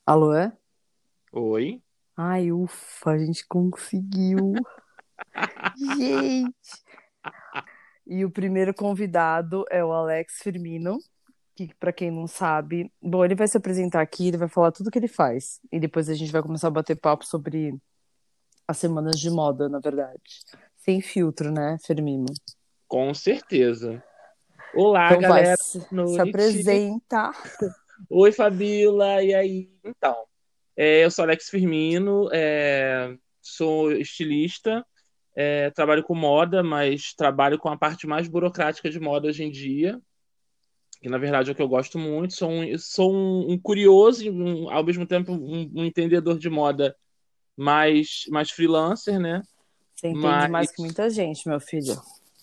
Alô, é? Oi. Ai, ufa, a gente conseguiu. Gente! E o primeiro convidado é o Alex Firmino, que, pra quem não sabe, bom, ele vai se apresentar aqui, ele vai falar tudo o que ele faz. E depois a gente vai começar a bater papo sobre as semanas de moda, na verdade. Sem filtro, né, Firmino? Com certeza. Olá, Então vai, galera. se Boa se noite. apresenta. Oi, Fabíola. E aí? Então, eu sou Alex Firmino, sou estilista, trabalho com moda, mas trabalho com a parte mais burocrática de moda hoje em dia, que na verdade é o que eu gosto muito. Sou um curioso e ao mesmo tempo um entendedor de moda mais freelancer, né? Você entende Mas mais que muita gente, meu filho.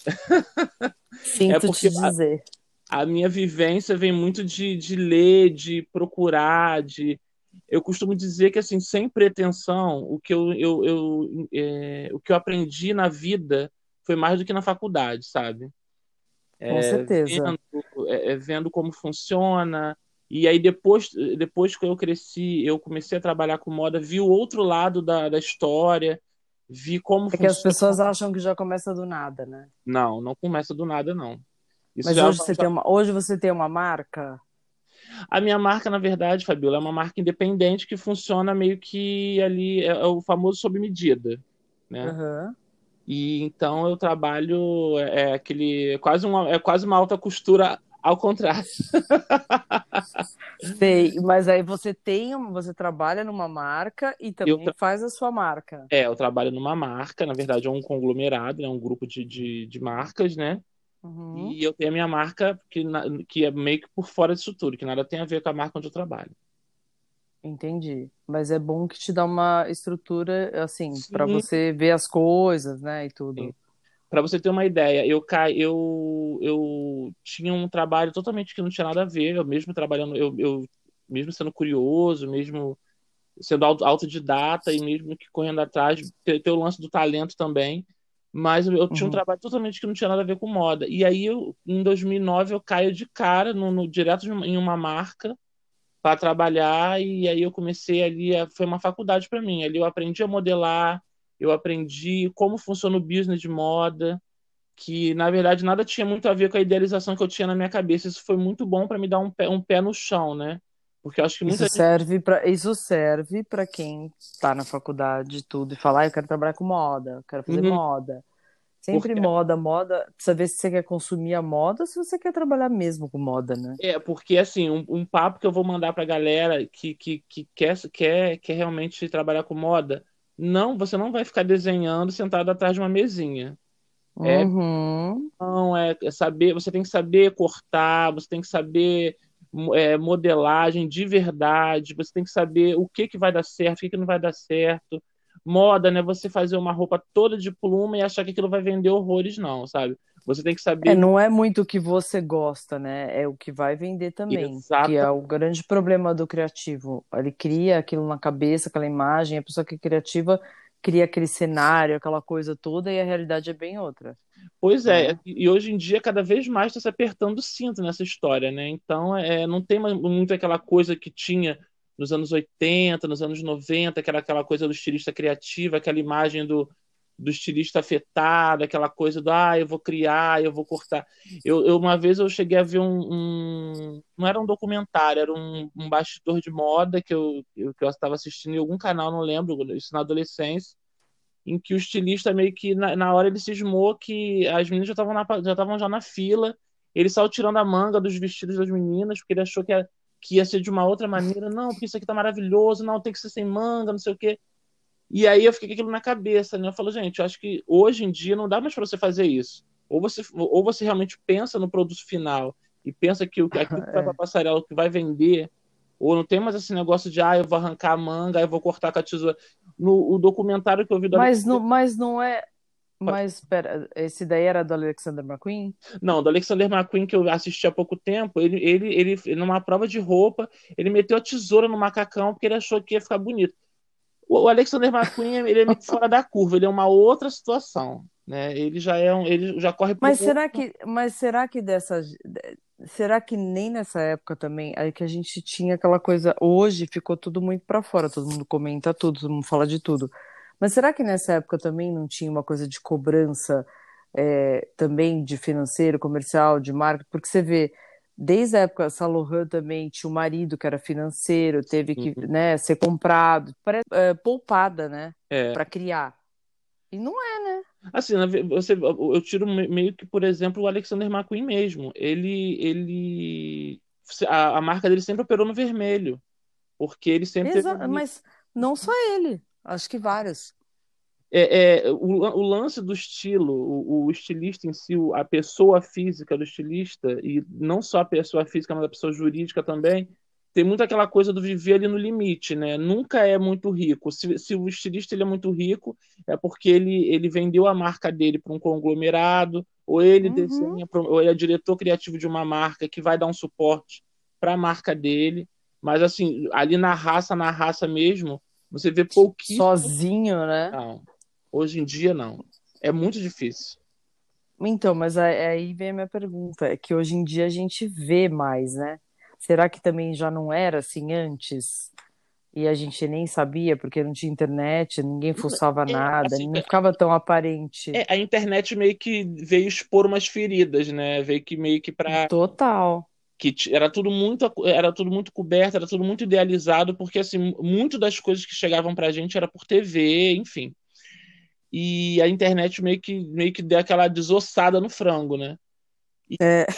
é Sinto te porque dizer. a minha vivência vem muito de ler, de procurar, de. Eu costumo dizer que, assim, sem pretensão, o que eu aprendi na vida foi mais do que na faculdade, sabe? Com certeza. Vendo como funciona. E aí, depois que eu cresci, eu comecei a trabalhar com moda, vi o outro lado da história, vi como É que as funciona. pessoas acham que já começa do nada, né? Não, não começa do nada, não. Isso Mas já, hoje você tem uma marca? A minha marca, na verdade, Fabiola, é uma marca independente que funciona meio que ali, é o famoso sob medida, né? Aham. E então eu trabalho, é quase uma alta costura ao contrário. Sei, mas aí você trabalha numa marca e Eu, também tra- faz a sua marca. eu trabalho numa marca, na verdade é um conglomerado, é um grupo de marcas, né? Uhum, E eu tenho a minha marca que é meio que por fora disso tudo, que nada tem a ver com a marca onde eu trabalho. entendi. Mas é bom que te dá uma estrutura, assim, para Sim, você ver as coisas, né, e tudo. para você ter uma ideia, eu tinha um trabalho totalmente que não tinha nada a ver, eu mesmo trabalhando, eu mesmo sendo curioso, mesmo sendo autodidata e mesmo que correndo atrás, ter o lance do talento também, mas eu tinha um Uhum. trabalho totalmente que não tinha nada a ver com moda. E aí, em 2009, eu caio de cara direto em uma marca para trabalhar e aí eu comecei ali, foi uma faculdade para mim. Ali eu aprendi a modelar, eu aprendi como funciona o business de moda, que na verdade nada tinha muito a ver com a idealização que eu tinha na minha cabeça. Isso foi muito bom para me dar um pé no chão, né? Porque eu acho que muita gente. Isso serve para quem tá na faculdade e tudo e fala, ah, eu quero trabalhar com moda, eu quero fazer Uhum. moda. Sempre Porque, moda, moda, precisa ver se você quer consumir a moda ou se você quer trabalhar mesmo com moda, né? porque assim, um papo que eu vou mandar pra galera que quer realmente trabalhar com moda, não, você não vai ficar desenhando sentado atrás de uma mesinha. É Uhum. Não, é saber, você tem que saber cortar, você tem que saber modelagem de verdade, você tem que saber o que que vai dar certo, o que que não vai dar certo. Moda, né? Você fazer uma roupa toda de pluma e achar que aquilo vai vender horrores, não, sabe? Você tem que É, saber não é muito o que você gosta, né? É o que vai vender também, que é o exatamente. grande problema do criativo. Ele cria aquilo na cabeça, aquela imagem, a pessoa que é criativa cria aquele cenário, aquela coisa toda, e a realidade é bem outra, Pois é, né? e hoje em dia cada vez mais está se apertando o cinto nessa história, né? Então não tem muito aquela coisa que tinha nos anos 80, nos anos 90, que era aquela coisa do estilista criativo, aquela imagem do estilista afetado, aquela coisa do eu vou criar, eu vou cortar. Uma vez eu cheguei a ver não era um documentário, era um bastidor de moda que eu estava assistindo em algum canal, não lembro, isso na adolescência em que o estilista meio que na hora ele cismou que as meninas já estavam na fila, ele saiu tirando a manga dos vestidos das meninas, porque ele achou que ia ser de uma outra maneira, não, porque isso aqui tá maravilhoso, não, tem que ser sem manga, não sei o quê. E aí eu fiquei com aquilo na cabeça, né? Eu falo, gente, eu acho que hoje em dia não dá mais para você fazer isso. Ou você realmente pensa no produto final e pensa que aquilo que vai para É. passarela, que vai vender, ou não tem mais esse negócio de, eu vou arrancar a manga, eu vou cortar com a tesoura. No o documentário que eu vi do Alexandre. Mas não é. Mas pera, esse daí era do Alexander McQueen? Não, do Alexander McQueen que eu assisti há pouco tempo, numa prova de roupa, ele meteu a tesoura no macacão porque ele achou que ia ficar bonito. O Alexander McQueen, ele é meio fora da curva, ele é uma outra situação. né? Ele já corre por Mas será que nem nessa época também, aí que a gente tinha aquela coisa, hoje ficou tudo muito pra fora, todo mundo comenta tudo, todo mundo fala de tudo. Mas será que nessa época também não tinha uma coisa de cobrança, também de financeiro, comercial, de marketing? Porque você vê, desde a época, Saint Laurent também tinha o marido que era financeiro, teve que, Uhum. né, ser comprado, poupada, né, É. pra criar. E não é, né? Assim, eu tiro meio que, por exemplo, o Alexander McQueen mesmo. A marca dele sempre operou no vermelho, porque ele sempre teve ali. Mas não só ele, acho que vários. O lance do estilo, o estilista em si, a pessoa física do estilista, e não só a pessoa física, mas a pessoa jurídica também, tem muito aquela coisa do viver ali no limite, né? Nunca é muito rico. Se o estilista ele é muito rico, é porque ele vendeu a marca dele para um conglomerado, ou ele Uhum. desenha, ou ele é diretor criativo de uma marca que vai dar um suporte para a marca dele. Mas assim, ali na raça mesmo, você vê pouquíssimo. Sozinho, né? Não. Hoje em dia, não. É muito difícil. Então, mas aí vem a minha pergunta, é que hoje em dia a gente vê mais, né? Será que também já não era assim antes? E a gente nem sabia, porque não tinha internet, ninguém fuçava nada, Assim, não ficava tão aparente. a internet meio que veio expor umas feridas, né? Veio que meio que para Total. era tudo muito coberto, era tudo muito idealizado, porque assim, muito das coisas que chegavam pra gente era por TV, enfim. E a internet meio que deu aquela desossada no frango, né? E, É,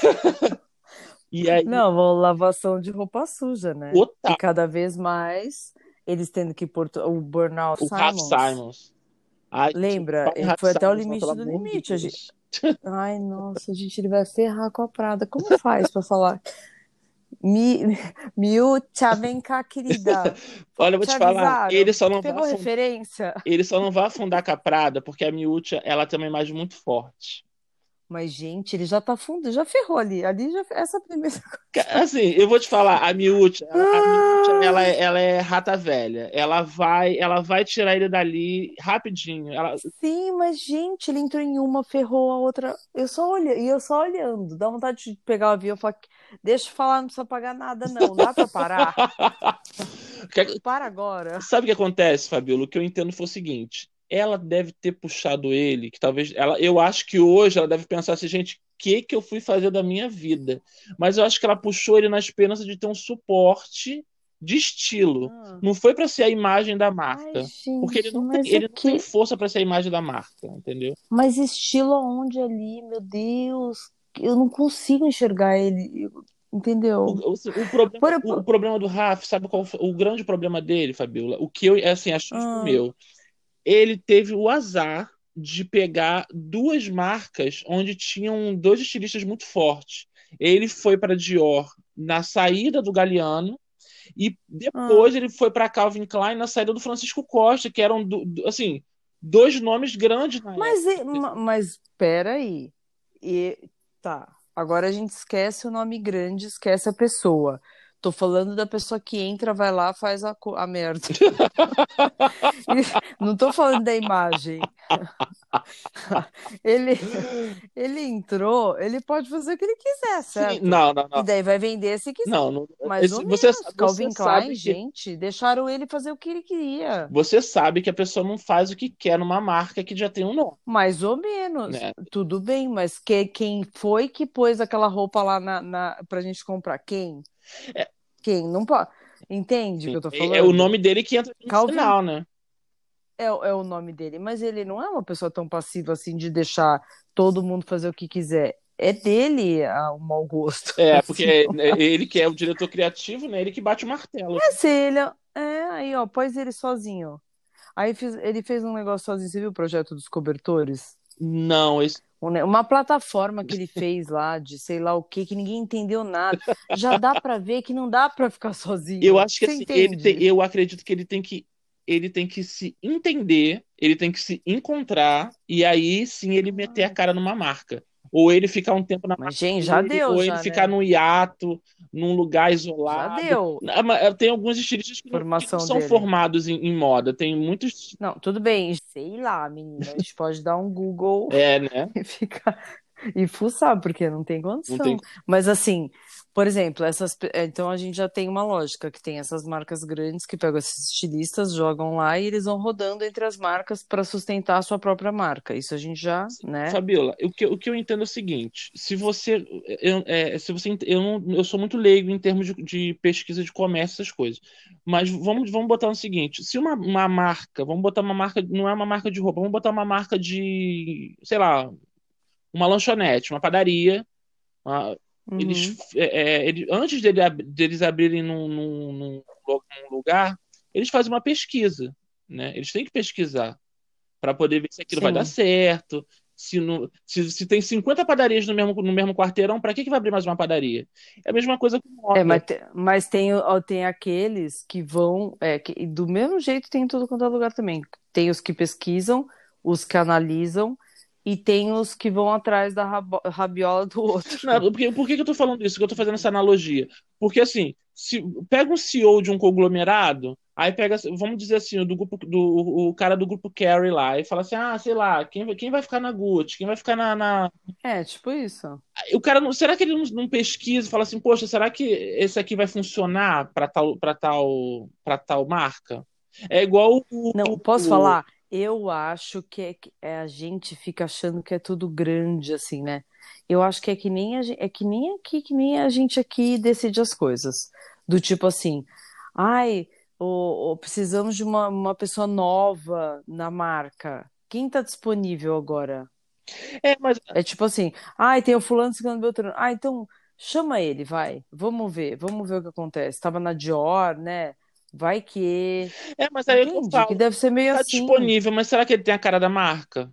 e aí, não, uma lavação de roupa suja, né? E total, cada vez mais eles tendo que pôr o Burnout o Raf Simons. Simons. Ai, gente, não Lembra? fala em Raf Foi até o Simons, não, pelo limite do amor de limite. Deus. Ai, nossa, gente, ele vai ferrar com a Prada. Como faz pra falar? Mi... Miúcha, vem cá, querida. Olha, eu vou Te te falar, avisaram? Pegou referência? ele só não vai afundar com a Prada, porque a Miúcha, ela tem uma imagem muito forte. Mas, gente, ele já tá fundo, já ferrou ali. Ali já essa primeira Assim, eu vou te falar, a Miúcha, Ai, ela é rata velha. Ela vai tirar ele dali rapidinho. Ela, sim, mas, gente, ele entrou em uma, ferrou a outra. Eu só olhando. Dá vontade de pegar o avião e falar: deixa eu falar, não precisa pagar nada, não. Dá pra parar? Para agora. Sabe o que acontece, Fabiola? O que eu entendo foi o seguinte: ela deve ter puxado ele, que talvez eu acho que hoje ela deve pensar assim, gente, o que eu fui fazer da minha vida? Mas eu acho que ela puxou ele na esperança de ter um suporte de estilo. Ah. Não foi para ser a imagem da Ai, marca, porque gente, mas o ele não tem quê? força para ser a imagem da marca, entendeu? Mas estilo aonde ali, meu Deus? Eu não consigo enxergar ele, entendeu? O problema do Raf, sabe qual foi o grande problema dele, Fabiola? O que eu, assim, achismo Ah, meu. Ele teve o azar de pegar duas marcas onde tinham dois estilistas muito fortes. Ele foi para Dior na saída do Galliano e ah. depois ele foi para Calvin Klein na saída do Francisco Costa, que eram assim, dois nomes grandes na época. Mas peraí. Tá. Agora a gente esquece o nome grande, esquece a pessoa. Tô falando da pessoa que entra, vai lá, faz a merda. Não tô falando da imagem. Ele, ele entrou, ele pode fazer o que ele quiser, Sim, certo? E não. daí vai vender se quiser. Não, Mais ou você, menos. você Calvin Klein, sabe que gente, deixaram ele fazer o que ele queria. você sabe que a pessoa não faz o que quer numa marca que já tem um nome, Mais ou menos. né? Tudo bem, mas quem foi que pôs aquela roupa lá pra gente comprar? Quem? É, Quem? Não pode. Entende o que eu tô é o falando? nome dele que entra no Calvin sinal, né? é o nome dele, mas ele não é uma pessoa tão passiva assim de deixar todo mundo fazer o que quiser. É dele o mau gosto. É, porque Assim, é ele que é o diretor criativo, né? Ele que bate o martelo. é se ele. Aí, ó, pôs ele sozinho. Aí ele fez um negócio sozinho. Você viu o projeto dos cobertores? Não, Uma plataforma que ele fez lá de sei lá o que, que ninguém entendeu nada. Já dá pra ver que não dá pra ficar eu sozinho. acho que Você assim, entende? eu acredito que ele tem que se entender, ele tem que se encontrar e aí sim ele meter a Ai, cara numa marca. ou ele ficar um tempo na Mas, marca gente, já dele, deu, ou ele já, ficar né? no hiato, num lugar Já isolado. deu Tem alguns estilistas que não formação são dele. formados em moda, tem muitos. Não, tudo bem, sei lá, menina. A gente pode dar um Google É, né? e ficar e fuçar, porque não tem Não tem. condição. Mas assim, por exemplo, então a gente já tem uma lógica que tem essas marcas grandes que pegam esses estilistas, jogam lá e eles vão rodando entre as marcas para sustentar a sua própria marca. Isso a gente já, né? Fabiola, o que eu entendo é o seguinte: se você, se você, eu sou muito leigo em termos de pesquisa de comércio, essas coisas, mas vamos botar no seguinte: se uma marca, vamos botar uma marca, não é uma marca de roupa, vamos botar uma marca de, sei lá, uma lanchonete, uma padaria, uma- eles, Uhum. antes deles abrirem num lugar, eles fazem uma pesquisa, né? Eles têm que pesquisar para poder ver se aquilo vai dar Sim. certo. Se tem 50 padarias no mesmo quarteirão, para que vai abrir mais uma padaria? É a mesma coisa com É, moda. mas tem, ó, tem aqueles que vão, que do mesmo jeito tem em tudo quanto é lugar também. Tem os que pesquisam, os que analisam, e tem os que vão atrás da rabiola do Não, outro. por que que eu tô falando isso? Que eu tô fazendo essa analogia? Porque assim, se pega um CEO de um conglomerado, aí pega, vamos dizer assim, o cara do grupo Carry lá, e fala assim, sei lá, quem vai ficar na Gucci, quem vai ficar É, tipo isso. O cara não, será que ele não pesquisa e fala assim, poxa, será que esse aqui vai funcionar para tal marca? É igual Não, posso falar? Eu acho a gente fica achando que é tudo grande, assim, né? Eu acho que é que nem é que nem aqui, que nem a gente aqui decide as coisas. Do tipo assim, ai, precisamos de uma pessoa nova na marca. Quem tá disponível agora? mas É tipo assim, ai, tem o fulano, ciclano, beltrano. Ah, então chama ele, vai. Vamos ver o que acontece. Tava na Dior, né? Vai que. mas aí é o que eu Entende? Que falo. deve ser meio Tá assim. disponível, mas será que ele tem a cara da marca?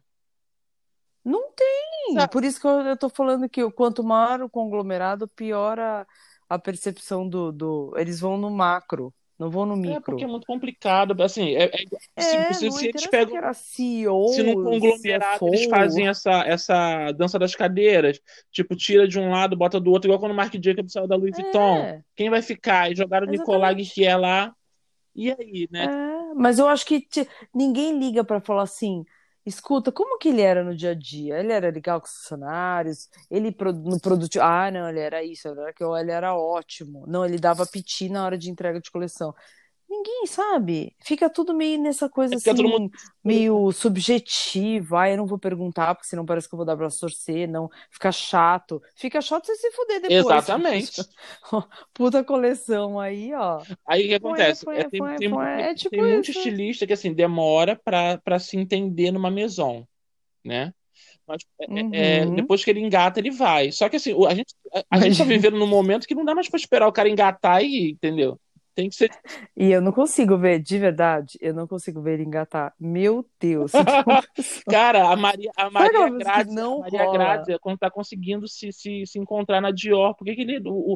Não tem. Sabe? Por isso que eu tô falando que quanto maior o conglomerado, pior a percepção Eles vão no macro, não vão no É porque é micro. muito complicado. Assim, se, É, se, não se eles interessa que pegam. era Se num CEO, conglomerado eles CFO. fazem essa dança das cadeiras, tipo, tira de um lado, bota do outro, igual quando o Marc Jacobs saiu da Louis Vuitton. É, Quem vai ficar? E jogaram o Nicolas exatamente. Guier lá. E aí, né? É, mas eu acho que ninguém liga para falar assim. Escuta, como que ele era no dia a dia? Ele era legal com os funcionários? Ele no produto. Ah, não, ele era isso, ele era ótimo. Não, ele dava piti na hora de entrega de coleção. Ninguém sabe. Fica tudo meio nessa coisa Fica todo mundo assim, escuro, né? meio subjetiva. Ah, eu não vou perguntar, porque senão parece que eu vou dar braço a torcer. Não, fica chato. Fica chato você se fuder depois. Exatamente. Puta coleção aí, ó. Aí o que Põe, acontece? põe, põe, põe. É Tem tipo muito isso. estilista que assim demora para se entender numa maison, né? Mas Uhum. depois que ele engata, ele vai. Só que assim, a gente Mas, tá vivendo num momento que não dá mais para esperar o cara engatar e ir, entendeu? Tem que ser. e eu não consigo ver, de verdade, eu não consigo ver ele engatar. Meu Deus, se tem uma pessoa. Cara, a Sabe Maria aquela pessoa que Grazia, a não Maria rola? Grazia, quando tá conseguindo se encontrar na Dior, por que que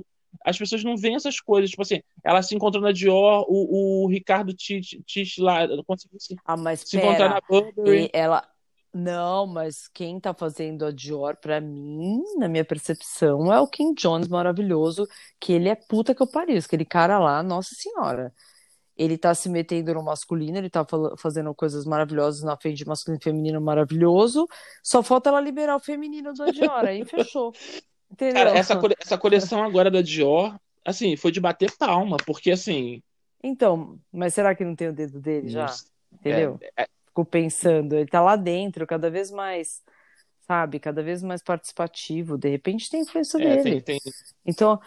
as pessoas não veem essas coisas? Tipo assim, ela se encontrou na Dior, o Ricardo Tisch lá conseguiu Ah, mas se encontrar na pera, Burberry. ela. Não, mas quem tá fazendo a Dior, pra mim, na minha percepção, é o Kim Jones maravilhoso, que ele é puta que eu pariu. Aquele cara lá, nossa senhora. Ele tá se metendo no masculino, ele tá fazendo coisas maravilhosas na frente de masculino e feminino maravilhoso. Só falta ela liberar o feminino da Dior, aí fechou. Cara, Entendeu? essa coleção agora da Dior, assim, foi de bater palma, porque assim, Então, mas será que não tem o dedo dele não, já? é, Entendeu? Ficou pensando, ele tá lá dentro, cada vez mais, sabe, cada vez mais participativo. De repente tem influência tem, dele. tem. Então,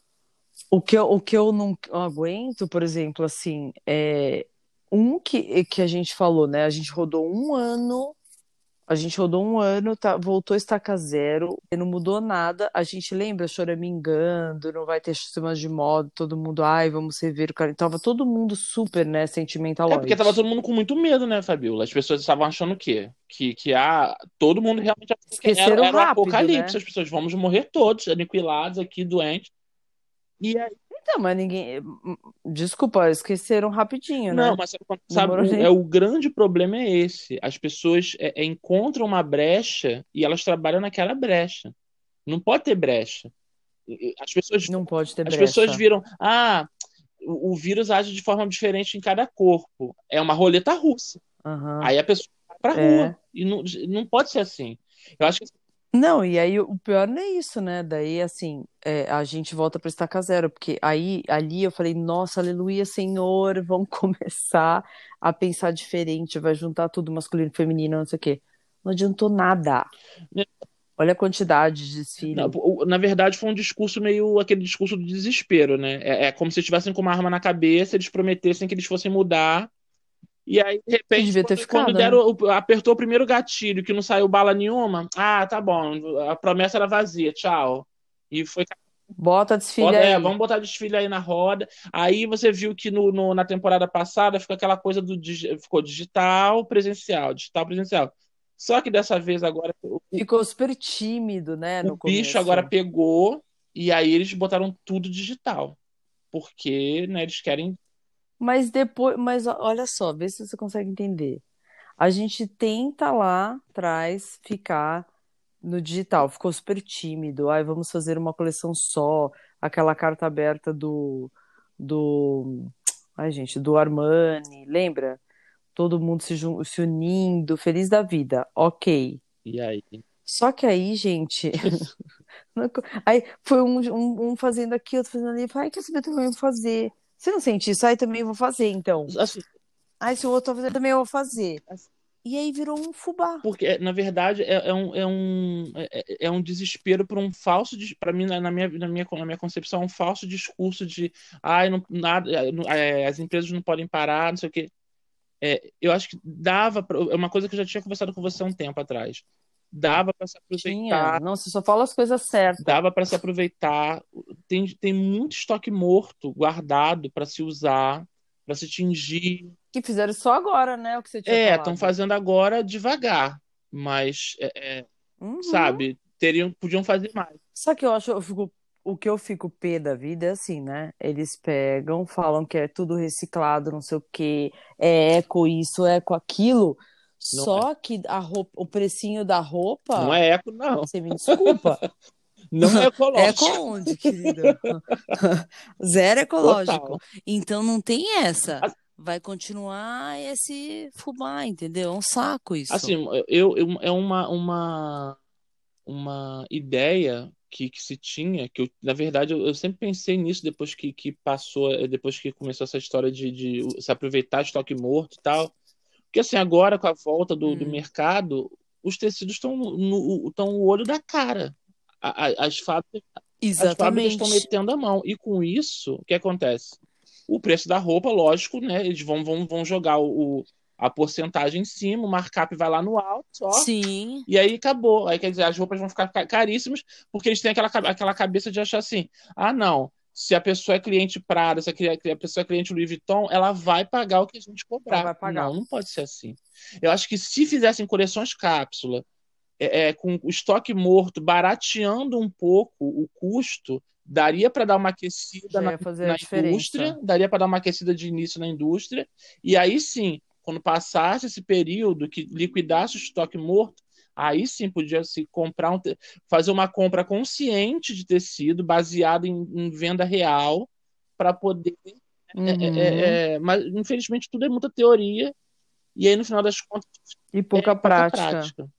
o que eu não aguento, por exemplo, assim, é que a gente falou, né? A gente rodou um ano, tá, voltou a estaca zero, e não mudou nada. A gente lembra choramingando, não vai ter sistemas de moda, todo mundo, ai, vamos rever o cara. Tava todo mundo super, né, É porque tava sentimentaloide. todo mundo com muito medo, né, Fabiola? As pessoas estavam achando o quê? Que todo mundo realmente achou que era, Esqueceram era o rápido, apocalipse. né? As pessoas vamos morrer todos, aniquilados aqui, doentes. E aí, Então, mas ninguém. Desculpa, esqueceram rapidinho, Não, né? mas sabe, Demorou é nem. o grande problema é esse. As pessoas encontram uma brecha e elas trabalham naquela brecha. Não pode ter brecha. As pessoas, Não pode ter as pessoas brecha. viram, o vírus age de forma diferente em cada corpo. É uma roleta russa. Aham. Aí a pessoa vai pra rua. É. E não pode ser assim. Eu acho que Não, e aí o pior não é isso, né? Daí, assim, a gente volta para estaca zero, porque aí, ali eu falei, nossa, aleluia, Senhor, vamos começar a pensar diferente, vai juntar tudo masculino, feminino, não sei o quê. Não adiantou nada. Olha a quantidade de desfile. na verdade, foi um discurso meio aquele discurso do desespero, né? É como se estivessem com uma arma na cabeça, eles prometessem que eles fossem mudar. E aí, de E repente, devia ter quando ficado, deram, né? apertou o primeiro gatilho, que não saiu bala nenhuma, tá bom, a promessa era vazia, tchau. E foi, Bota desfile aí. vamos botar desfile aí na roda. Aí você viu que na temporada passada ficou aquela coisa ficou digital, presencial. Só que dessa vez agora Ficou super tímido, né, o no bicho agora começo. pegou e aí eles botaram tudo digital. Porque, né, eles querem. Mas depois, olha só, vê se você consegue entender. A gente tenta lá atrás ficar no digital, ficou super tímido. Ai, vamos fazer uma coleção só, aquela carta aberta do, ai, gente, do Armani, lembra? Todo mundo se unindo, feliz da vida. OK. E aí? Só que aí, gente, aí foi um fazendo aqui, outro fazendo ali. Ai, quer saber, eu também vou fazer. Você não sente isso? Aí também vou fazer, então. Assim, Ai, se o outro tá fazendo, também eu vou fazer. E aí virou um fubá. porque, na verdade, é um desespero por um falso, para mim, na minha concepção, é um falso discurso de não, nada, as empresas não podem parar, não sei o quê. Eu acho que é uma coisa que eu já tinha conversado com você há um tempo atrás. Dava para se Tinha. aproveitar, Não, você só fala as coisas certas. dava para se aproveitar. Tem muito estoque morto guardado para se usar, para se tingir. Que fizeram só agora, né? O que você tinha Estão falado. fazendo agora devagar, mas Uhum. sabe, podiam fazer mais. Só que o que eu fico pé da vida é assim, né? Eles pegam, falam que é tudo reciclado, não sei o quê, é eco isso, é eco aquilo. Não é, Só que a roupa, o precinho da não roupa, é eco, não. você me desculpa. Não é Eco ecológico. aonde, querido? Zero ecológico. Total. Então não tem essa. A- Vai continuar esse fubá, entendeu? É um saco isso. Assim, é uma ideia que se tinha, que na verdade eu sempre pensei nisso depois que passou, depois que começou essa história de se aproveitar estoque morto e tal. Porque assim, agora com a volta do Hum, mercado, os tecidos estão no olho da cara. As fábricas, as fábricas estão exatamente. metendo a mão. E com isso, o que acontece? O preço da roupa, lógico, né? Eles vão jogar a porcentagem em cima, o markup vai lá no alto, só. Sim, E aí acabou. Aí quer dizer, as roupas vão ficar caríssimas, porque eles têm aquela cabeça de achar assim: não, se a pessoa é cliente Prada, se a pessoa é cliente Louis Vuitton, ela vai pagar o que a gente ela cobrar. vai Não, pagar. não pode ser assim. Eu acho que se fizessem coleções cápsula, com o estoque morto, barateando um pouco o custo, daria para dar uma aquecida Já na, ia fazer a na indústria, diferença. daria para dar uma aquecida de início na indústria, e aí sim, quando passasse esse período que liquidasse o estoque morto, aí sim podia se fazer uma compra consciente de tecido, baseado em venda real, para poder. Uhum. Mas infelizmente tudo é muita teoria, e aí no final das contas E pouca pouca prática. prática.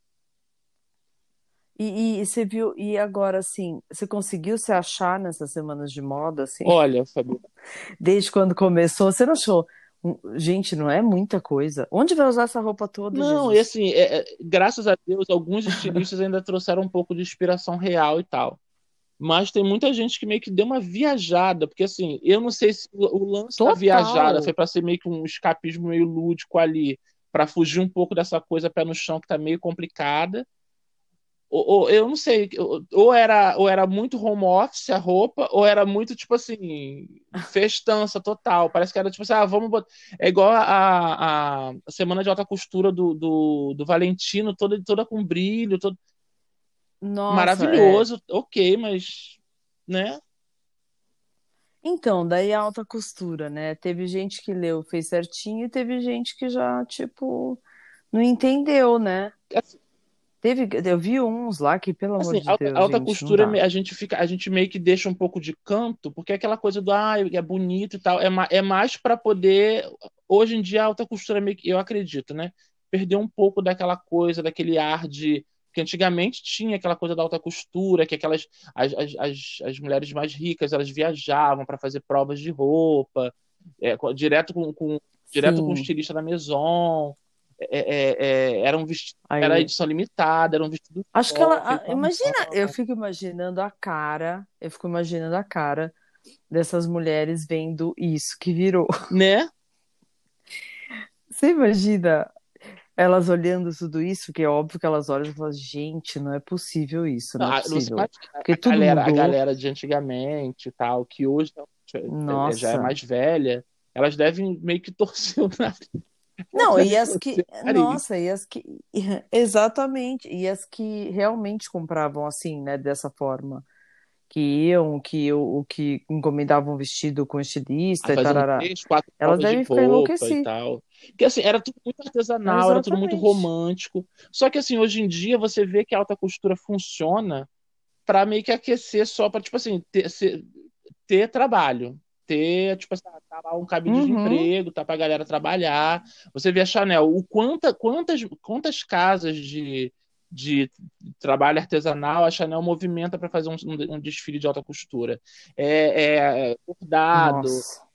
E você viu, e agora assim, você conseguiu se achar nessas semanas de moda, assim? Olha, Fabio. Desde quando começou, você não achou? Gente, não é muita coisa. Onde vai usar essa roupa toda, Não, e Jesus? assim, graças a Deus, alguns estilistas ainda trouxeram um pouco de inspiração real e tal. Mas tem muita gente que meio que deu uma viajada, porque assim, eu não sei se o lance da viajada foi Total. para ser meio que um escapismo meio lúdico ali, para fugir um pouco dessa coisa pé no chão que tá meio complicada. Ou eu não sei, ou era muito home office a roupa, ou era muito, tipo assim, festança total. Parece que era tipo assim, vamos botar. É igual a semana de alta costura do Valentino, toda com brilho, todo Nossa, é. maravilhoso, ok, mas, né? Então, daí a alta costura, né? Teve gente que leu, fez certinho, e teve gente que já, tipo, não entendeu, né? Eu vi uns lá que, pelo amor Assim, de alta, Deus, alta gente, não costura dá. a gente meio que deixa um pouco de canto, porque é aquela coisa do é bonito e tal, é mais para poder. Hoje em dia a alta costura meio que, eu acredito, né? Perdeu um pouco daquela coisa, daquele ar de que antigamente tinha aquela coisa da alta costura, que aquelas as mulheres mais ricas, elas viajavam para fazer provas de roupa, direto com o Sim. estilista da Maison. Era um vestido, era Aí, edição limitada, era um vestido acho que só, ela, feito à imagina, eu mão, fico imaginando a cara, eu fico imaginando a cara dessas mulheres vendo isso que virou. né? Você imagina elas olhando tudo isso, que é óbvio que elas olham e falam, gente, não é possível isso, não é Você imagina possível. Porque tudo a mudou. galera de antigamente e tal, que hoje já é Nossa. mais velha, elas devem meio que torcer o nariz. Elas Não, devem e as que, torcer o nariz. nossa, e as que, exatamente, e as que realmente compravam assim, né, dessa forma, que iam, que encomendavam vestido com Aí estilista e faziam tarará, 3, 4 elas provas de devem ficar roupa e enlouquecidas. tal. Porque assim, era tudo muito artesanal, era tudo muito Exatamente. romântico. Só que assim, hoje em dia você vê que a alta costura funciona para meio que aquecer só para, tipo assim, ter trabalho. Ter, tipo assim, tá lá um cabide de Uhum. emprego, tá pra galera trabalhar. Você vê a Chanel, quantas casas de trabalho artesanal a Chanel movimenta para fazer um desfile de alta costura. Bordado, Nossa.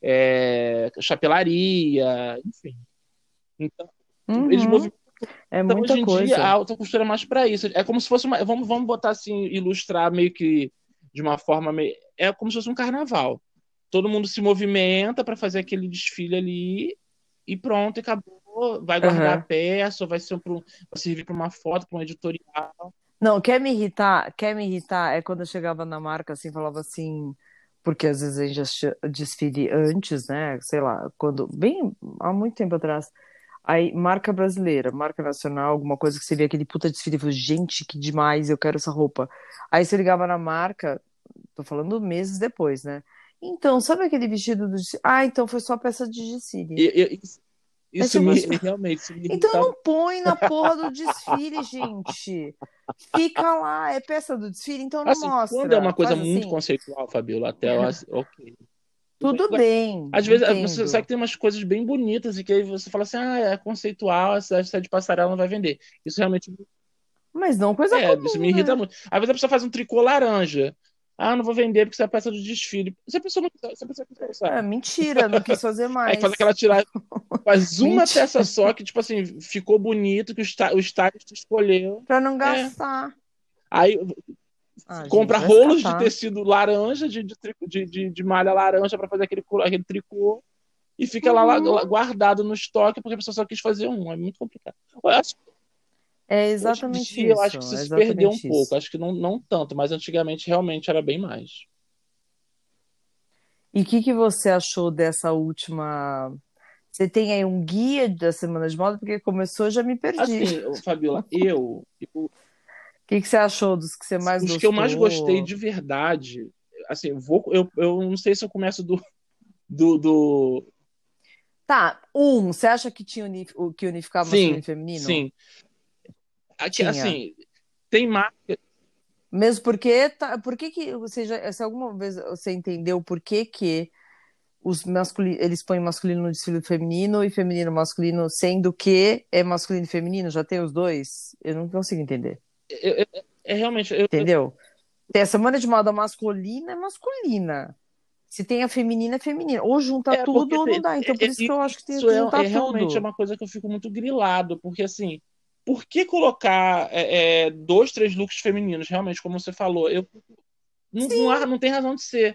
chapelaria, enfim. Então, eles Uhum. movimentam. É Então, muita hoje em dia, a coisa. alta costura é mais para isso. É como se fosse uma. Vamos botar assim, ilustrar meio que de uma forma meio. É como se fosse um carnaval. Todo mundo se movimenta para fazer aquele desfile ali e pronto, e acabou. Vai guardar a Aham. peça, ou vai servir para uma foto, para um editorial. Não, quer me irritar é quando eu chegava na marca assim, falava assim, porque às vezes a gente assistia desfile antes, né? Sei lá, quando, bem há muito tempo atrás. Aí, marca brasileira, marca nacional, alguma coisa que você vê aquele puta desfile e falou, gente, que demais, eu quero essa roupa. Aí você ligava na marca, tô falando meses depois, né? Então, sabe aquele vestido do desfile? Ah, então foi só peça de desfile. E Aí isso você fala assim, realmente isso me então irrita. não põe na porra do desfile, gente. Fica lá, é peça do desfile, então não Assim, quando é uma mostra. coisa Faz muito assim. conceitual, Fabiola, até ok. Tudo bem. Tudo Agora, bem, às vezes você sabe entendo. que tem umas coisas bem bonitas e que aí você fala assim, é conceitual, essa é de passarela não vai vender. Isso realmente Mas não coisa isso me comum, irrita né? muito. Às vezes a pessoa faz um tricô laranja. Ah, não vou vender porque isso é peça do desfile. Se a pessoa quiser usar. É mentira, não quis fazer Aí faz mais. aquela tiragem, faz uma peça Mentira, só que, tipo assim, ficou bonito, que o stylist escolheu. pra não É. gastar. Aí Ah, compra gente, vai se rolos de catar. tecido laranja, de malha laranja para fazer aquele tricô e fica lá Uhum. guardado no estoque porque a pessoa só quis fazer um. É muito complicado. Eu acho que É hoje em exatamente dia eu acho isso, que isso é se perdeu um exatamente pouco. isso. Acho que não tanto, mas antigamente realmente era bem mais. E o que que você achou dessa última? Você tem aí um guia da Semana de Moda? Porque começou, eu já me perdi. Assim, Fabiola, Que você achou dos que você mais os que eu mais gostei gostou? de verdade, assim, eu não sei se eu começo do. Tá, você acha que tinha o que unificava masculino Sim, e feminino? sim. Aqui, Tinha. assim, tem marca. Mesmo porque, por que que, se alguma vez você entendeu por que que eles põem masculino no desfile feminino e feminino no masculino, sendo que é masculino e feminino, já tem os dois? Eu não consigo entender. Realmente, Entendeu? Tem a semana de moda masculina, é masculina. Se tem a feminina, é feminina. Ou junta tudo porque ou não dá. Então, por isso que eu acho que tem isso que juntar realmente é tudo. uma coisa que eu fico muito grilado, porque assim, por que colocar dois, três looks femininos? Realmente, como você falou, não tem razão de ser.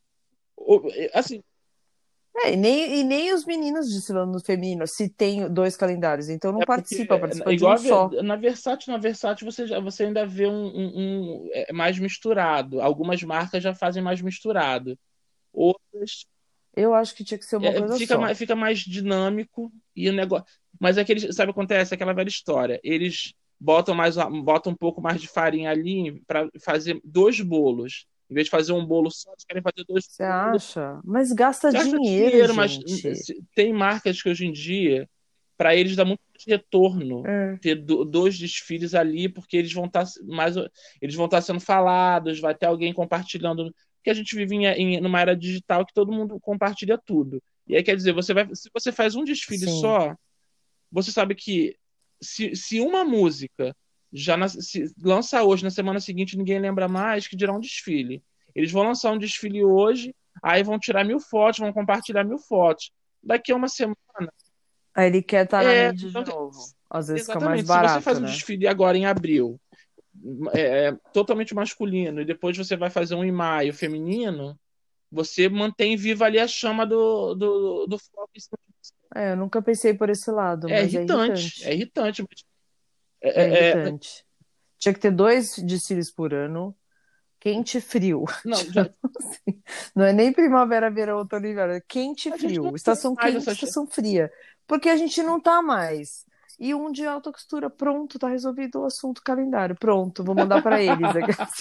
Assim, E nem os meninos desfilando no feminino, se tem dois calendários. Então não porque participa de igual um só. Na Versace você ainda vê mais misturado. Algumas marcas já fazem mais misturado. Outras Eu acho que tinha que ser uma coisa só. fica mais dinâmico e o negócio. Mas é que eles, sabe o que acontece? Aquela velha história. Eles botam um pouco mais de farinha ali para fazer dois bolos. Em vez de fazer um bolo só, eles querem fazer dois Você bolos. acha? Mas gasta Gasta dinheiro, dinheiro, mas gente. tem marcas que hoje em dia, para eles dá muito mais retorno É, ter dois desfiles ali, porque eles vão estar sendo falados, vai ter alguém compartilhando, porque a gente vive numa era digital que todo mundo compartilha tudo. E aí quer dizer, se você faz um desfile sim. só, você sabe que se uma música se lança hoje, na semana seguinte ninguém lembra mais, que dirá um desfile. Eles vão lançar um desfile hoje, aí vão tirar 1.000 fotos, vão compartilhar 1.000 fotos. Daqui a uma semana. Aí ele quer estar na mídia de Então, novo. Às vezes fica mais exatamente. Se você faz barato, um né? desfile agora em abril, totalmente masculino, e depois você vai fazer um em maio feminino, você mantém viva ali a chama do foco. É, eu nunca pensei por esse lado, É mas é irritante, é irritante. irritante. É É, é, é, irritante. Tinha que ter 2 desfiles por ano, quente e frio. não, já, Assim, não é nem primavera, verão, outono e inverno, é quente e a gente não frio. tem Estação mais quente, essas. estação fria. Porque a gente não tá mais. E um de alta costura, pronto, tá resolvido o assunto calendário. Pronto, vou mandar para eles.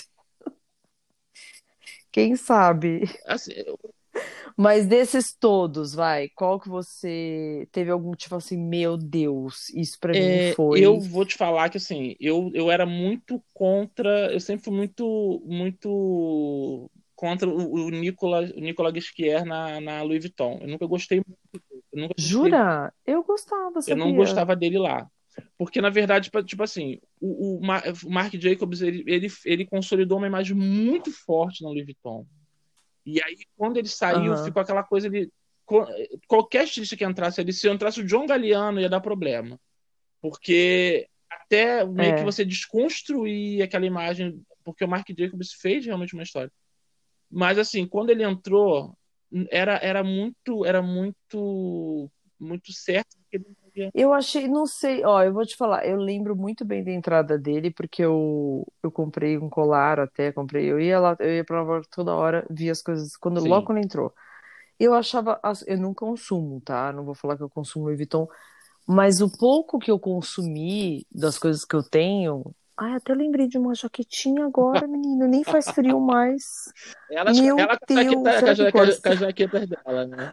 Quem sabe? Assim, Mas desses todos, vai, qual que você teve algum tipo assim, meu Deus, isso pra mim eu foi. vou te falar que assim, eu era muito contra, eu sempre fui muito contra o Nicolas Ghesquière na Louis Vuitton. Eu nunca gostei muito dele. Jura? Eu gostava, Eu não sabia? gostava dele lá. Porque, na verdade, tipo assim, o Marc Jacobs, ele consolidou uma imagem muito forte na Louis Vuitton. E aí, quando ele saiu, Aham. ficou aquela coisa de qualquer estilista que entrasse ali, se entrasse o John Galliano, ia dar problema. Porque até meio que É. você desconstruir aquela imagem, porque o Marc Jacobs fez realmente uma história. Mas assim, quando ele entrou, era muito certo que ele não ia. Eu achei, não sei, ó, eu vou te falar, eu lembro muito bem da entrada dele, porque eu comprei um colar até, comprei, eu ia lá, eu ia pra Nova York toda hora, via as coisas, logo Sim. quando entrou. Eu achava, eu não consumo, tá? Não vou falar que eu consumo Louis Vuitton, mas o pouco que eu consumi das coisas que eu tenho. Ai, até lembrei de uma jaquetinha agora, menina. Nem faz frio mais. Ela, Meu ela com a Deus, jaqueta, será que cor? com as jaquetas dela, né?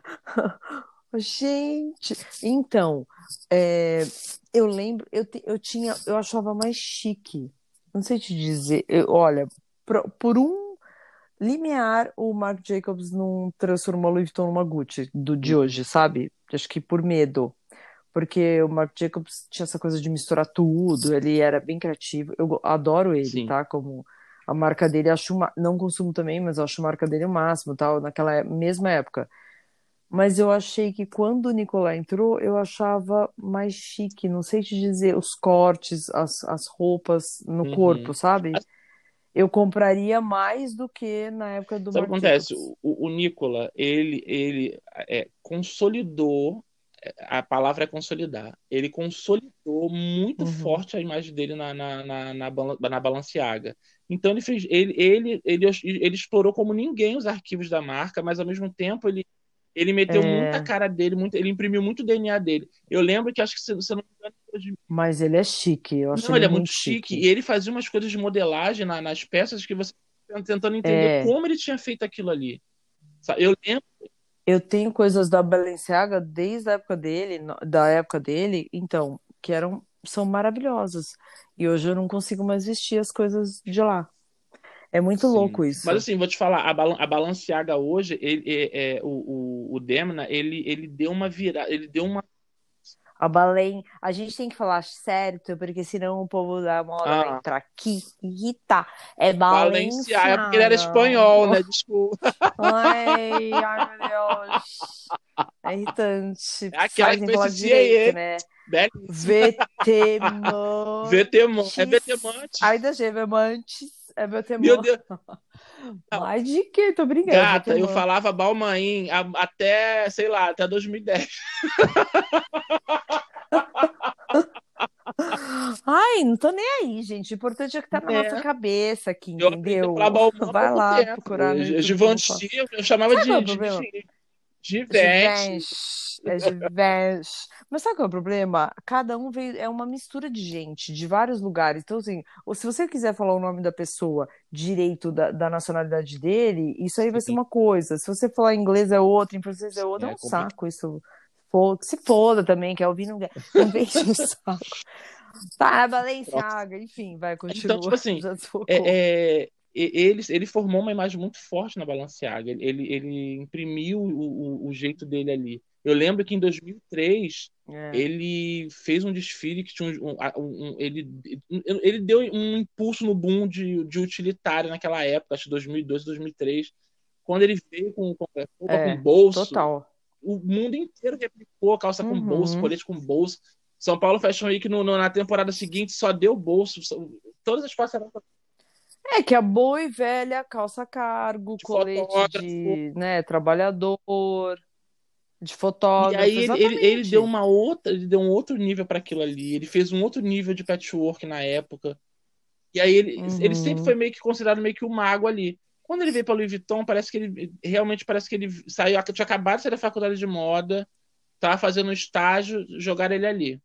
Gente, então, é, eu lembro, eu tinha, eu achava mais chique. Não sei te dizer. Olha, por um limiar, o Marc Jacobs não transformou a Louis Vuitton numa Gucci de Uhum. hoje, sabe? Acho que por medo. Porque o Marc Jacobs tinha essa coisa de misturar tudo, ele era bem criativo. Eu adoro ele, Sim. tá? Como a marca dele, acho não consumo também, mas eu acho a marca dele o máximo, tal, naquela mesma época. Mas eu achei que quando o Nicolai entrou, eu achava mais chique, não sei te dizer, os cortes, as roupas no corpo, Uhum. sabe? Eu compraria mais do que na época do Sabe o que Marc acontece? Jacobs. O Nicola, ele consolidou, a palavra é consolidar, ele consolidou muito Uhum. forte a imagem dele na Balenciaga. Então ele explorou como ninguém os arquivos da marca, mas ao mesmo tempo ele meteu muita É, cara dele, ele imprimiu muito o DNA dele. Eu lembro que acho que, se você não me engano, mas ele é chique, eu acho não, ele ele é muito muito chique. chique. E ele fazia umas coisas de modelagem nas peças que você fica tentando entender É, como ele tinha feito aquilo ali. Eu lembro. eu tenho coisas da Balenciaga desde a época dele, da época dele, então, que são maravilhosas. E hoje eu não consigo mais vestir as coisas de lá. É muito Sim. louco Mas isso. assim, vou te falar, a Balenciaga hoje, o Demna, ele deu uma virada, ele deu uma. A gente tem que falar certo, porque senão o povo da moda vai Ah, entrar aqui e irritar. É Balenciaga, é porque ele era Balenciaga. espanhol, né? Desculpa. Ai, meu Deus. É irritante. É aquela Sai, que tem que fez falar esse direito, CIE, né? belíssima. É Vetemantes. Ai, Vetemante. da Gevemantes. É Meu Vetemã. Deus. Não, Ai, de quê? Tô brincando, gata, eu Vetemã. falava Balmain até, sei lá, até 2010. Ai, não tô nem aí, gente. O importante é que tá na nossa É. cabeça aqui, Eu aprendi a falar entendeu? Balmain há Vai pouco lá tempo. procurar no YouTube como fala. Givenchy, eu chamava Sabe qual é o de problema? Givenchy. Givenchy, é Givenchy. Mas sabe qual é o problema? Cada um veio, é uma mistura de gente, de vários lugares. Então, assim, ou se você quiser falar o nome da pessoa direito da nacionalidade dele, isso aí vai ser Sim, uma coisa. Se você falar inglês é outra, em francês é sim, outra, é é um complicado. saco isso. Se foda também, quer ouvir, não vem encher o saco. Tá, Balenciaga, enfim, vai, Então, tipo continua. assim, Já desfocou. ele formou uma imagem muito forte na Balenciaga. Ele imprimiu o jeito dele ali. Eu lembro que em 2003 É. ele fez um desfile que tinha ele deu um impulso no boom de utilitário naquela época, acho que 2002, 2003, quando ele veio com roupa com É, bolso. total. O mundo inteiro replicou calça com bolso, Uhum. colete com bolso. São Paulo Fashion Week na temporada seguinte só deu bolso. Todas as passarelas É que a boa e velha calça cargo, de colete fotógrafo. de, né, trabalhador, de E aí fotógrafo, ele deu exatamente. uma outra, ele deu um outro nível para aquilo ali. Ele fez um outro nível de patchwork na época. E aí ele sempre foi Uhum. meio que considerado meio que o mago ali. Quando ele veio para Louis Vuitton, parece que ele saiu, tinha acabado de sair da faculdade de moda, tava fazendo um estágio, jogaram ele ali.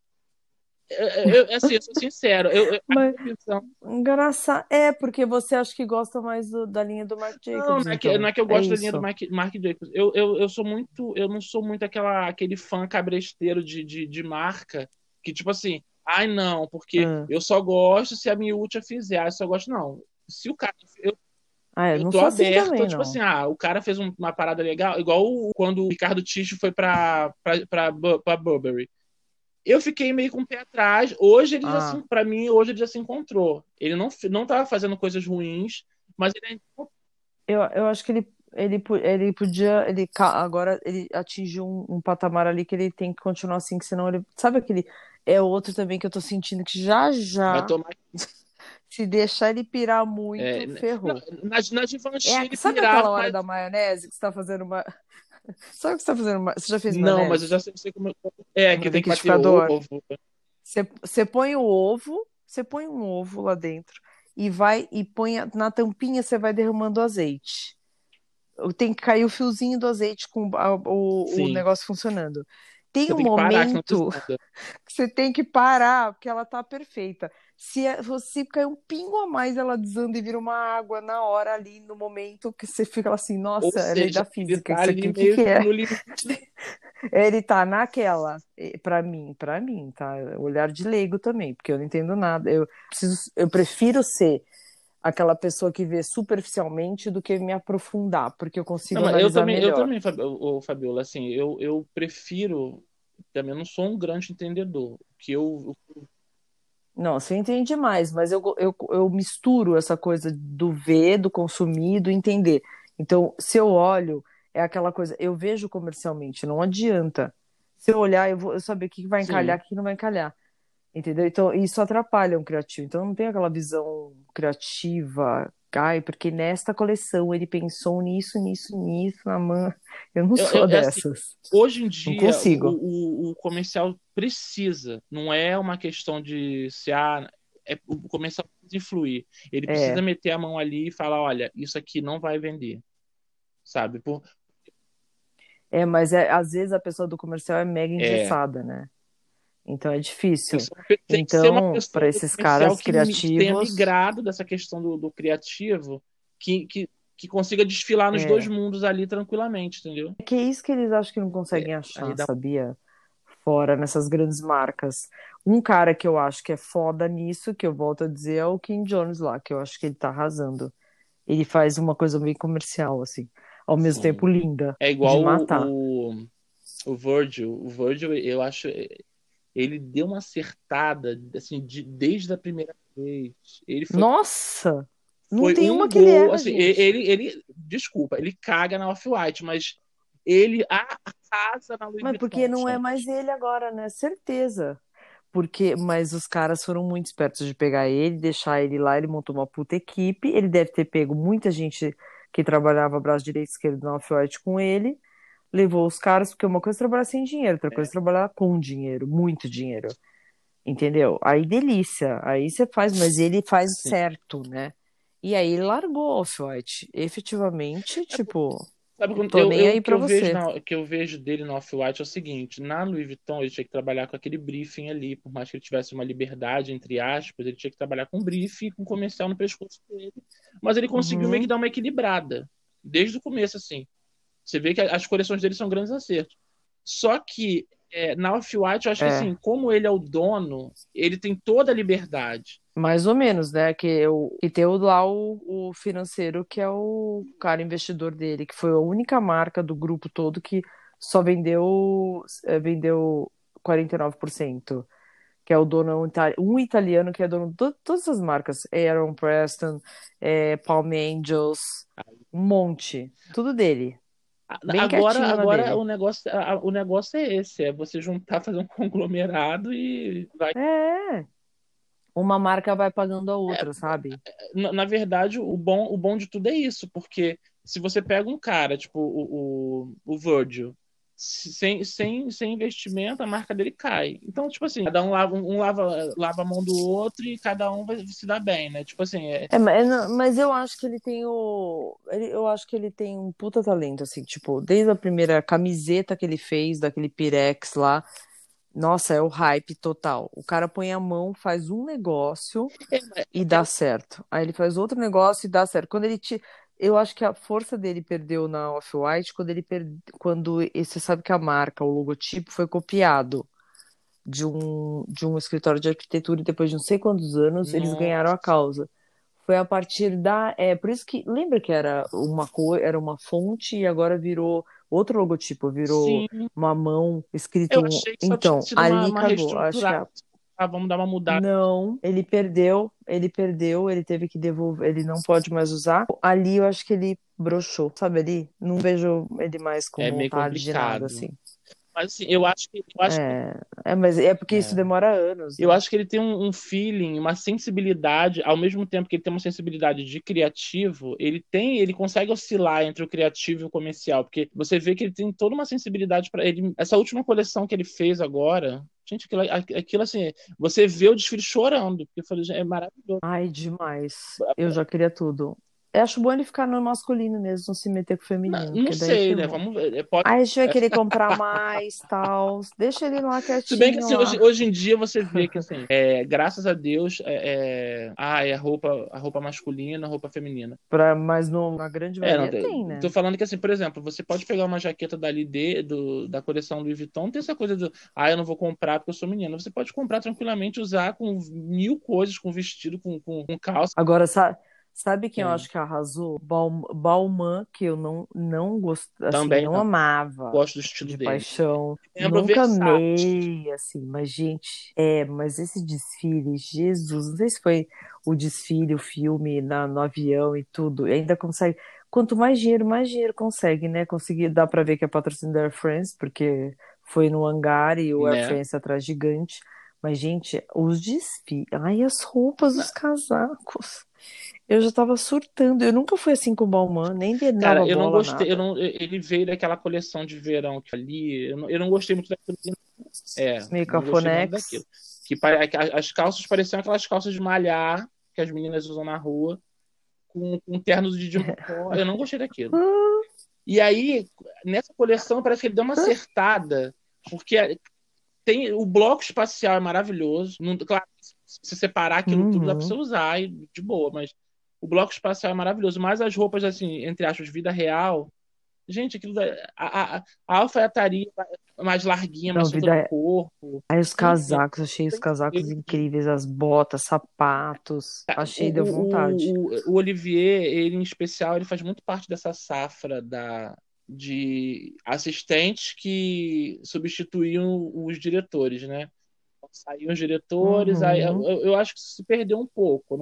Assim, eu sou sincero, a Mas minha visão. engraçado. É, porque você acha que gosta mais da linha do Marc Não, Jacobs, não então. é que eu É gosto da linha do isso. Marc Jacobs. Eu não sou muito aquele fã cabresteiro de marca que, tipo assim, ai não, porque Ah, eu só gosto se a Miúcha fizer, eu só gosto, não. Se o cara, Ah, eu eu não tô sou assim aberto, também, tipo assim, não. o cara fez uma parada legal, igual quando o Ricardo Ticho foi pra Burberry. Eu fiquei meio com o pé atrás. Hoje ele já Ah, pra mim, hoje ele já se encontrou. Ele não tava fazendo coisas ruins, mas ele ainda eu acho que ele podia. Agora ele atingiu um patamar ali que ele tem que continuar assim, que senão ele. Sabe aquele. É outro também que eu tô sentindo que já vai já. tomar. Se deixar ele pirar muito, Não, ferrou. na Givenchy ele Sabe aquela pirava, hora mas. da maionese que você tá fazendo uma. Sabe o que você tá fazendo uma. Você já fez Não, mas eu maionese? já sei como. É, No que tem que bater liquidificador? ovo. Você põe o ovo, você põe um ovo lá dentro e vai e põe na tampinha, você vai derramando azeite. Tem que cair o fiozinho do azeite com o Sim. negócio funcionando. Tem Você um tem que parar, que não momento desanda. que você tem que parar, porque ela tá perfeita. Se cair um pingo a mais, ela desanda e vira uma água na hora ali, no momento que você fica assim, Ou nossa, é lei seja, da ele física, tá isso ali aqui, o que meio que que é? no limite. Ele tá naquela, pra mim, tá? Olhar de leigo também, porque eu não entendo nada. Eu prefiro ser aquela pessoa que vê superficialmente do que me aprofundar, porque eu Não, consigo mas analisar eu melhor. também, Fabiola, assim, eu prefiro. Também não sou um grande entendedor. Que Não, você entende mais, mas eu misturo essa coisa do ver, do consumir, do entender. Então, se eu olho, é aquela coisa, eu vejo comercialmente, não adianta. Se eu olhar, eu saber o que vai encalhar, Sim. o que não vai encalhar. Entendeu? Então, isso atrapalha um criativo. Então, não tem aquela visão criativa. Ai, porque nesta coleção ele pensou nisso, nisso, nisso, na mão. Eu não sou É assim, dessas. hoje em Não dia, consigo. o comercial precisa, não é uma questão de se o comercial precisa influir. Ele precisa É, meter a mão ali e falar, olha, isso aqui não vai vender, sabe? mas às vezes a pessoa do comercial é mega É, engessada, né? Então é difícil. tem que ser uma Então, para pessoa do esses comercial caras que tenha criativos, migrado dessa questão do criativo, que, que, que consiga desfilar nos dois é, mundos ali tranquilamente, entendeu? é que é isso que eles acham que não É, conseguem aí achar, dá. sabia? Fora nessas grandes marcas. Um cara que eu acho que é foda nisso, que eu volto a dizer, é o Kim Jones lá, que eu acho que ele tá arrasando. Ele faz uma coisa bem comercial, assim, ao mesmo tempo Sim. linda, É de igual matar. o Virgil. O Virgil, eu acho, ele deu uma acertada, assim, desde a primeira vez. Ele Nossa! Não foi tem um uma que ele gol, erra, assim, gente. desculpa, ele caga na Off-White, mas ele arrasa na Louis Mas porque Vuitton, não é mais gente. ele agora, né? Certeza. Mas os caras foram muito espertos de pegar ele, deixar ele lá, ele montou uma puta equipe, ele deve ter pego muita gente que trabalhava braço direito e esquerdo na Off-White com ele, levou os caras, porque uma coisa é trabalhar sem dinheiro, outra coisa É, é trabalhar com dinheiro, muito dinheiro, entendeu? Aí delícia, aí você faz, mas ele faz sim. certo, né? E aí ele largou o Off-White, efetivamente, tipo, Sabe, quando Tô nem aí que pra eu vejo você. que eu vejo dele na Off-White é o seguinte, na Louis Vuitton ele tinha que trabalhar com aquele briefing ali, por mais que ele tivesse uma liberdade, entre aspas, ele tinha que trabalhar com briefing e com comercial no pescoço dele. Mas ele conseguiu meio que Uhum, dar uma equilibrada, desde o começo, assim. Você vê que as coleções dele são grandes acertos. Só que na Off-White, eu acho que é. assim, como ele é o dono, ele tem toda a liberdade. Mais ou menos, né? Que tem lá o financeiro, que é o cara investidor dele, que foi a única marca do grupo todo que só vendeu 49%, que é o dono, um italiano que é dono de todas as marcas, Aaron Preston, Palm Angels, um monte, tudo dele, bem quietinho na Agora dele. o negócio é esse, é você juntar, fazer um conglomerado e vai. É, uma marca vai pagando a outra, sabe? Na verdade, o bom de tudo é isso, porque se você pega um cara, tipo o Virgil, sem investimento, a marca dele cai. Então, tipo assim, cada lava a mão do outro e cada um vai se dar bem, né? Tipo assim, Mas eu acho que ele tem eu acho que ele tem um puta talento, assim, tipo, desde a primeira camiseta que ele fez, daquele Pirex lá, nossa, é o hype total. O cara põe a mão, faz um negócio e dá certo. Aí ele faz outro negócio e dá certo. Eu acho que a força dele perdeu na Off-White quando você sabe que a marca, o logotipo foi copiado de um escritório de arquitetura e depois de não sei quantos anos eles ganharam a nossa, causa. Foi a partir por isso que, lembra que era uma cor, era uma fonte e agora virou outro logotipo, virou sim. uma mão Eu escrito achei que só tinha então, sido ali uma cagou. Acho que reestruturada. Ah, vamos dar uma mudada. não, ele teve que devolver, ele não pode mais usar. Ali eu acho que ele broxou, sabe ali? Não vejo ele mais com É meio vontade de nada complicado. assim. Mas assim, Mas é porque isso é, demora anos, eu né? acho que ele tem um feeling, uma sensibilidade, ao mesmo tempo que ele tem uma sensibilidade de criativo, ele consegue oscilar entre o criativo e o comercial, porque você vê que ele tem toda uma sensibilidade para ele. Essa última coleção que ele fez agora, gente, aquilo assim, você vê o desfile chorando, porque eu falei, é maravilhoso. Ai, demais. Eu já queria tudo. Eu acho bom ele ficar no masculino mesmo, não se meter com o Não, feminino, não porque daí sei, né? ferrou. Vamos ver. Pode. Aí a gente vai querer comprar mais, tal. Deixa ele lá Se bem que quietinho assim, lá. hoje em dia você vê que assim, graças a Deus, é a roupa masculina, a roupa feminina. Mas na grande Não, maioria tem, tô né? falando que assim, por exemplo, você pode pegar uma jaqueta da coleção Louis Vuitton, tem essa coisa do, eu não vou comprar porque eu sou menina. Você pode comprar tranquilamente, usar com mil coisas, com vestido, com calça. Agora, sabe quem eu Quem? acho que arrasou? Bauman, que eu não gosto, assim, Também não não. amava Gosto do estilo de dele. paixão. Lembra o Nunca Versace. amei, assim, mas, gente, mas esse desfile, Jesus, não sei se foi o desfile, o filme no avião e tudo, e ainda consegue. Quanto mais dinheiro consegue, né? Conseguir, dá pra ver que é patrocínio da Air France, porque foi no hangar e o Air Né? France atrás gigante. Mas, gente, os desfiles. Ai, as roupas, os casacos. Eu já tava surtando. Eu nunca fui assim com o Bauman, nem Cara, dava eu não bola, gostei, nada. ele veio daquela coleção de verão que ali, eu não gostei muito daquilo. Meio Não gostei nada cafonex. daquilo. As calças pareciam aquelas calças de malhar que as meninas usam na rua, com ternos de mocó. Eu não gostei daquilo. E aí, nessa coleção, parece que ele deu uma acertada, porque tem o bloco espacial é maravilhoso. Não, claro, se separar aquilo tudo dá para você Uhum. usar e de boa, mas o bloco espacial é maravilhoso. Mas as roupas, assim, entre aspas, vida real, gente, a alfaiataria mais larguinha, mais Não, solta no vida. corpo. Aí os Gente, casacos, achei os tem casacos jeito. incríveis, as botas, sapatos. Achei, deu vontade. O Olivier, ele em especial, ele faz muito parte dessa safra de assistentes que substituíam os diretores, né? Saíam os diretores, aí Uhum. eu acho que isso se perdeu um pouco.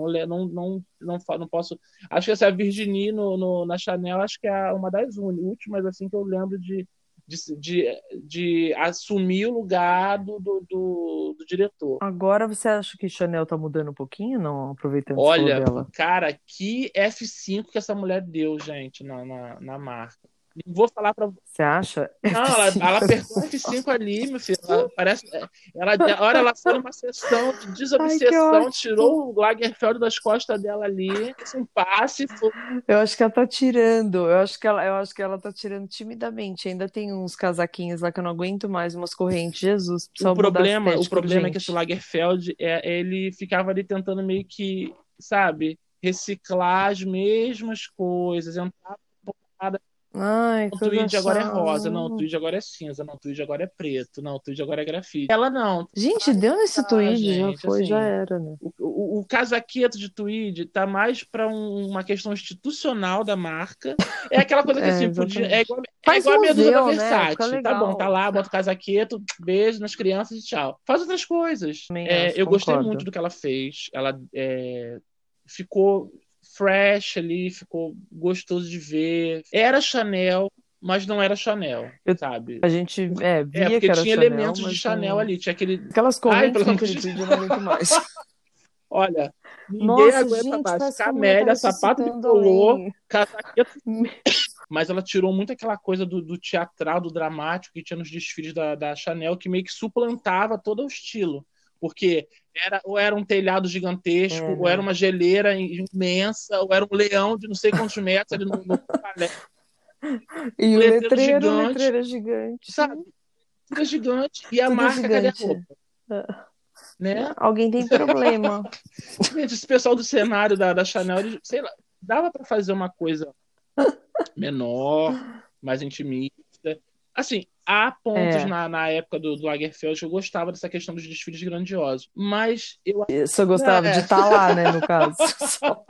Não posso. Acho que essa Virginie na Chanel, acho que é uma das últimas assim que eu lembro de, de, de assumir o lugar do diretor. Agora você acha que Chanel tá mudando um pouquinho? Não, aproveitando que você falou Olha, dela. cara, que F5 que essa mulher deu, gente, na marca. Não vou falar pra. Você acha? Não, ela F5. apertou F5 ali, meu filho. Ela parece. Olha, ela foi numa sessão de Ai, que desobsessão, ótimo. tirou o Lagerfeld das costas dela ali, fez um passe. Eu acho que ela tá tirando. Eu acho que ela tá tirando timidamente. Ainda tem uns casaquinhos lá que eu não aguento mais, umas correntes. Jesus, O precisa mudar a problema, o estética, problema é que esse gente. Lagerfeld, ele ficava ali tentando meio que, sabe, reciclar as mesmas coisas, entrar Ai, o coisa tweed agora é chata. rosa, não, o tweed agora é cinza, não, o tweed agora é preto, não, o tweed agora é grafite. Ela não, Gente, deu nesse tá, tweet, já gente, foi, já assim, era, né? o casaqueto de tweed tá mais para uma questão institucional da marca. É aquela coisa que É, assim, podia, exatamente. é Faz igual a medusa da museu, né? Fica Versace. Tá bom, tá legal. lá, bota o casaqueto, beijo nas crianças e tchau. Faz outras coisas. Também acho, Eu gostei muito concordo. do que ela fez. Ela ficou fresh ali, ficou gostoso de ver. Era Chanel, mas não era Chanel, Eu- sabe? a gente, via Porque que era tinha Chanel, elementos de mas Chanel não. ali. Tinha aquele. Aquelas Ai, correntes pelo com amor aquele de tweet eu não aguento mais. Olha, ninguém Nossa, aguenta gente, mais. parece que a mulher tá Camélia, sapato ressuscitando bicolor, alguém. casaqueta. Mas ela tirou muito aquela coisa do teatral, do dramático que tinha nos desfiles da Chanel, que meio que suplantava todo o estilo. Porque ou era um telhado gigantesco, É, ou era né? uma geleira imensa, ou era um leão de não sei quantos metros ali no palé, E um o letreiro letreiro é gigante. sabe? Tudo gigante. E a Tudo é marca, cadê a gigante. roupa? Né? Alguém tem problema. Gente, esse pessoal do cenário da Chanel, eles, sei lá, dava para fazer uma coisa menor, mais intimista. Assim, há pontos É, na época do Lagerfeld que eu gostava dessa questão dos desfiles grandiosos. Mas eu. eu só gostava de É, estar lá, né, no caso. Só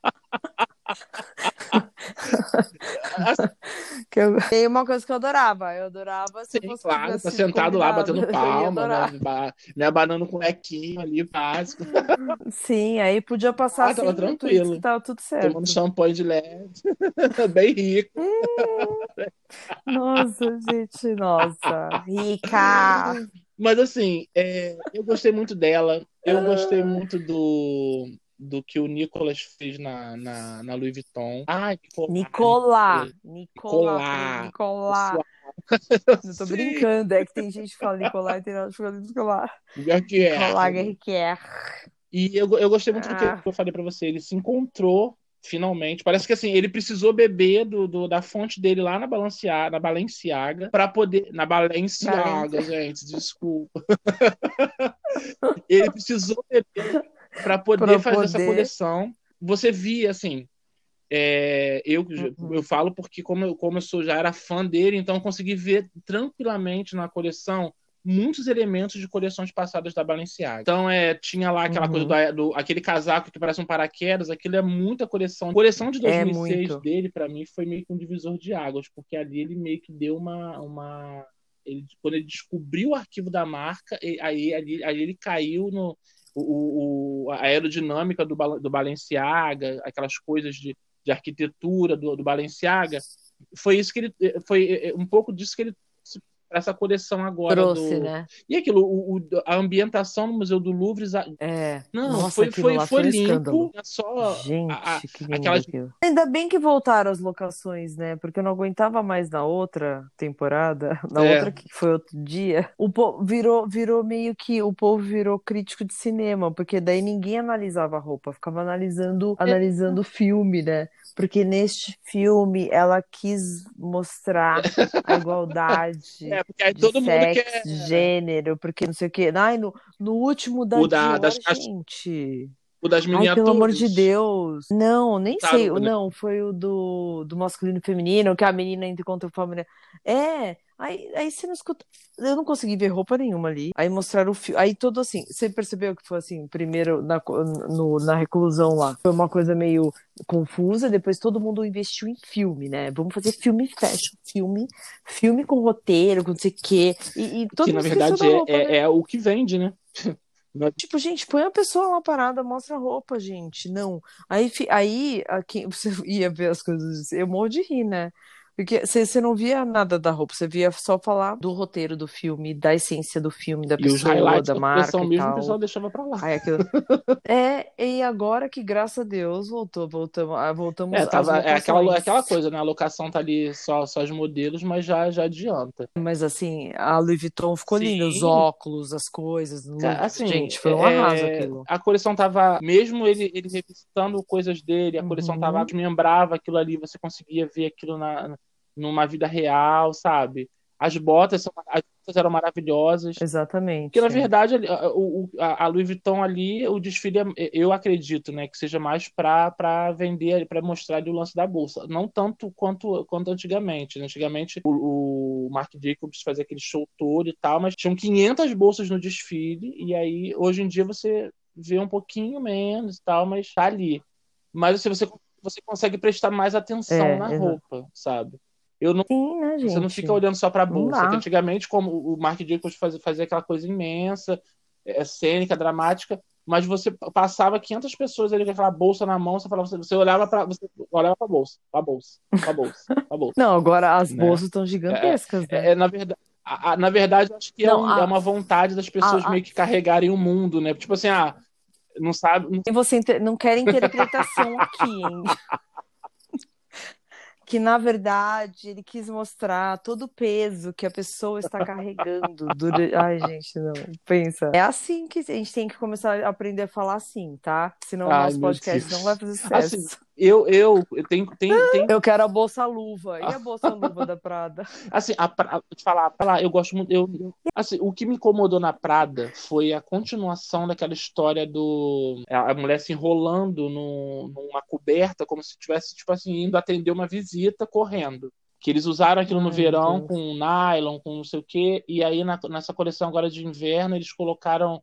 Tem uma coisa que eu adorava. Eu adorava se eu assim, fosse claro, tá tivesse sido sentado lá convidada. batendo Eu ia palma, né? adorar. Né, abanando com um lequinho ali, básico. Sim, aí podia passar Ah, tava 100 mil tweets que tranquilo. tava tudo Tomando certo. champanhe de leve, bem rico. Nossa, gente, nossa. Rica! Mas assim, eu gostei muito dela. Eu gostei muito do que o Nicolas fez na Louis Vuitton. Ai, que colar, Nicolá. Nicolá. Falei colar, Nicolá. pessoal. Eu tô Sim, brincando. É que tem gente que fala Nicolá e tem nada de falar Nicolá. pior que é. Nicolá Guerrier. E eu gostei muito do que Ah, eu falei pra você. Ele se encontrou finalmente. Parece que assim, ele precisou beber da fonte dele lá na Balenciaga para poder. Na Balenciaga, Valência. gente, desculpa. Ele precisou beber para poder Pra fazer essa poder. coleção. Você via, assim, eu Uhum. falo porque, como eu já era fã dele, então eu consegui ver tranquilamente na coleção muitos elementos de coleções passadas da Balenciaga. Então, tinha lá aquela coisa Uhum. aquele casaco que parece um paraquedas, aquilo é muita coleção. A coleção de É 2006 muito. dele, para mim, foi meio que um divisor de águas, porque ali ele meio que deu quando ele descobriu o arquivo da marca, aí ele caiu no a aerodinâmica do Balenciaga, aquelas coisas de arquitetura do Balenciaga, foi isso que ele foi um pouco disso que ele para essa coleção agora Trouxe, do né? e aquilo a ambientação no Museu do Louvre É. não Nossa, aquilo lá foi foi um limpo escândalo. é só Gente, que lindo aquelas aquilo. Ainda bem que voltaram as locações, né? Porque eu não aguentava mais na outra temporada, na outra é, que foi outro dia. O povo virou meio que o povo virou crítico de cinema, porque daí ninguém analisava a roupa, ficava analisando o filme, né? Porque neste filme ela quis mostrar a igualdade porque aí de todo mundo sexo, quer de gênero, porque não sei o quê. Ai, no último da o Dior, gente. o das Ai, pelo amor de miniaturas Deus. Não, nem sei. botaram, né? Não, foi o do masculino e feminino, que a menina entra contra o feminino. Aí você não escuta. Eu não consegui ver roupa nenhuma ali. Aí mostraram o filme. Aí todo assim. Você percebeu que foi assim, primeiro na reclusão lá. Foi uma coisa meio confusa. Depois todo mundo investiu em filme, né? Vamos fazer filme fashion. Filme com roteiro, com não sei o quê. E todo Que na mundo esqueceu da verdade roupa, né? é o que vende, né? Tipo, gente, põe a pessoa lá parada, mostra a roupa, gente. Não. Aí aqui, você ia ver as coisas. Eu morro de rir, né? Porque você não via nada da roupa, você via só falar do roteiro do filme, da essência do filme, da E os pessoa, highlights da da coleção marca e mesmo, o pessoal tal. deixava pra lá. Aí aquilo. É, e agora que, graças a Deus, voltamos às É aquela locações. coisa, né? A locação tá ali só os modelos, mas já adianta. Mas assim, a Louis Vuitton ficou linda, os Sim, óculos, as coisas, assim, gente, foi um arraso aquilo. a coleção tava, mesmo ele revisitando coisas dele, a coleção tava, Uhum, desmembrava aquilo ali, você conseguia ver aquilo numa vida real, sabe? As botas eram maravilhosas. Porque, na exatamente. verdade, a Louis Vuitton ali, o desfile, eu acredito, né, que seja mais para vender, para mostrar ali o lance da bolsa. Não tanto quanto antigamente, né? Antigamente, o Marc Jacobs fazia aquele show todo e tal, mas tinham 500 bolsas no desfile, e aí, hoje em dia, você vê um pouquinho menos e tal, mas tá ali. Mas assim, você consegue prestar mais atenção É, na exato. roupa, sabe? Eu não Sim, né, Você não fica gente? olhando só para a Não bolsa, que dá. antigamente, como o Mark Jacobs fazia aquela coisa imensa, cênica, dramática, mas você passava 500 pessoas ali com aquela bolsa na mão, você olhava para a bolsa, para a bolsa, para a bolsa, para a bolsa, Não, agora as né? bolsas estão É, gigantescas, né? na verdade, na verdade, eu acho que Não, é uma vontade das pessoas meio que carregarem o mundo, né? Tipo assim, não sabe, e você não quer interpretação aqui, hein? Que na verdade ele quis mostrar todo o peso que a pessoa está carregando durante. Ai, gente, não, pensa. É assim que a gente tem que começar a aprender a falar assim, tá? Senão o ai nosso meu podcast não vai Deus. fazer Assim, sucesso. eu tenho Eu quero a bolsa-luva. E a bolsa-luva da Prada? Assim, vou te falar, eu gosto muito. Assim, o que me incomodou na Prada foi a continuação daquela história do a mulher se enrolando numa coberta, como se estivesse, tipo assim, indo atender uma visita correndo. Que eles usaram aquilo no Ai, meu verão Deus. com nylon, com não sei o quê, e aí nessa coleção agora de inverno eles colocaram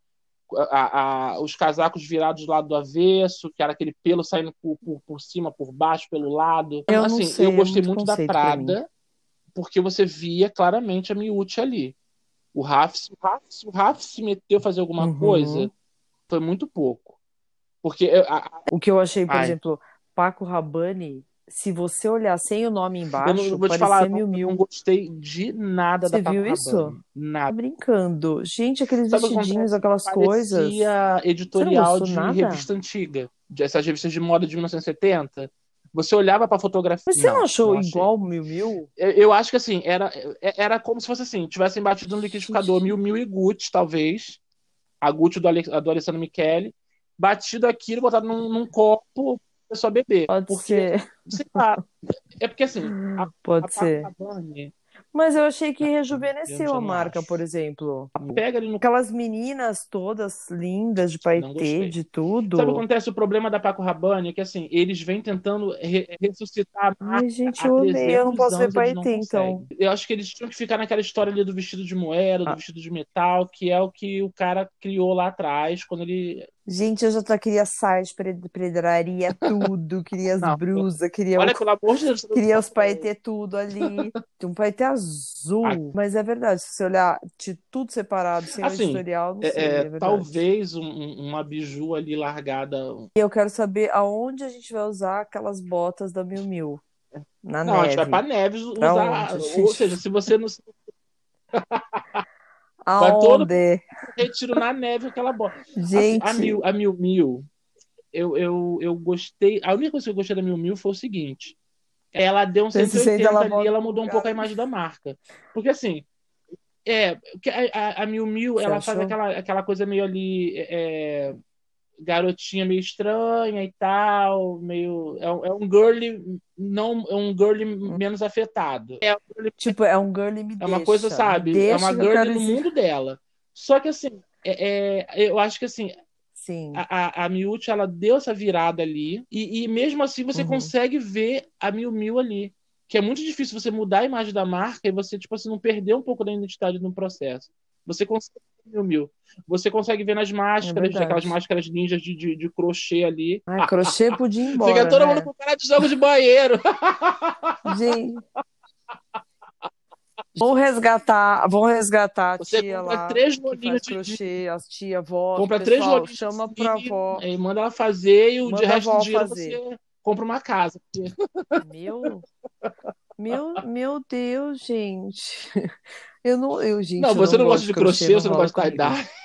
os casacos virados do lado do avesso, que era aquele pelo saindo por cima, por baixo, pelo lado. Eu não Assim, eu sei, é gostei muito muito da conceito pra mim. Prada, porque você via claramente a Miúcha ali. Se o Raf se meteu a fazer alguma coisa, Uhum. foi muito pouco. Porque. O que eu achei, por Ai, exemplo, Paco Rabanne, se você olhar sem o nome eu não embaixo, vou te falar, parecia Miu eu não Miu. gostei de nada da Você Paco viu isso? Rabanne. Tá Nada. brincando. Gente, aqueles Sabe o que vestidinhos, acontece? aquelas coisas. Parecia Você não editorial gostou de nada? revista antiga, essas revistas de moda de 1970. Você olhava pra fotografia. Mas você não Não, achou não achei. igual o Miu Miu? Eu acho que assim, era como se fosse assim, tivessem batido no liquidificador Gente, Miu Miu e Gucci, talvez. A Gucci do Alessandro Michele, batido aquilo, botado num copo, pra pessoa beber. pode Porque, ser. sei lá, é porque assim, a Pode Paco ser. Rabanne, Mas eu achei que eu rejuvenesceu já a não marca, por acho. exemplo. Pega ali no. Aquelas meninas todas lindas de Não paetê, gostei. de Sabe o que tudo. acontece? O problema da Paco Rabanne é que assim, eles vêm tentando ressuscitar a Ai, marca gente, há eu amei. Eu não 300 posso ver anos, eles não paetê, então. conseguem. Eu acho que eles tinham que ficar naquela história ali do vestido de moeda, do Ah, vestido de metal, que é o que o cara criou lá atrás, quando ele. gente, eu já queria saia de pedraria, tudo. Queria as Não, brusas, olha, pelo amor de Deus, você tá de queria os sacanagem. paetê tudo ali. Tem um paetê Ah, azul. Mas é verdade, se você olhar de tudo separado, sem o assim, editorial, não sei, é verdade. talvez uma biju ali largada. E eu quero saber aonde a gente vai usar aquelas botas da Miu Miu. Na Não, a gente vai para neve. Neves Pra usar. onde a Ou gente... seja, se você não. Vai todo mundo Aonde? pro retiro na neve aquela bola. Assim, Gente, A Miu Miu, eu gostei. A única coisa que eu gostei da Miu Miu foi o seguinte: ela deu um você se cento e sente oitenta ela ali, volta ela pro mudou um pouco lugar. a imagem da marca. Porque assim, porque a Miu Miu, Você ela faz achou? aquela coisa meio ali. Garotinha meio estranha e tal, meio é um girly não é um girly menos afetado. Tipo, é um girl e É uma coisa, me sabe? É uma deixa que eu girly quero no esse. mundo dela. Só que assim, eu acho que assim Sim. a Miúcha, ela deu essa virada ali e mesmo assim você Uhum. consegue ver a Miu Miu ali, que é muito difícil você mudar a imagem da marca e você tipo assim não perder um pouco da identidade no processo. Você consegue ver Miu Miu. Você consegue ver nas É máscaras, aquelas verdade. máscaras ninjas de crochê ali. Ai, crochê podia ir Fica embora, todo mundo né? com cara de jogo de banheiro. Gente, vão resgatar a Você tia compra lá três que rolinhos faz crochê, as tia avó, compra três pessoal, rolinhos de chama pra cílio, avó, aí manda ela fazer e o de manda a resto do avó dinheiro fazer. você compra uma casa. Meu. Meu Deus, gente. Não, Gente, eu você não não gosto gosta de de crochê, crochê, não você não rola gosta de comigo. tie-dye.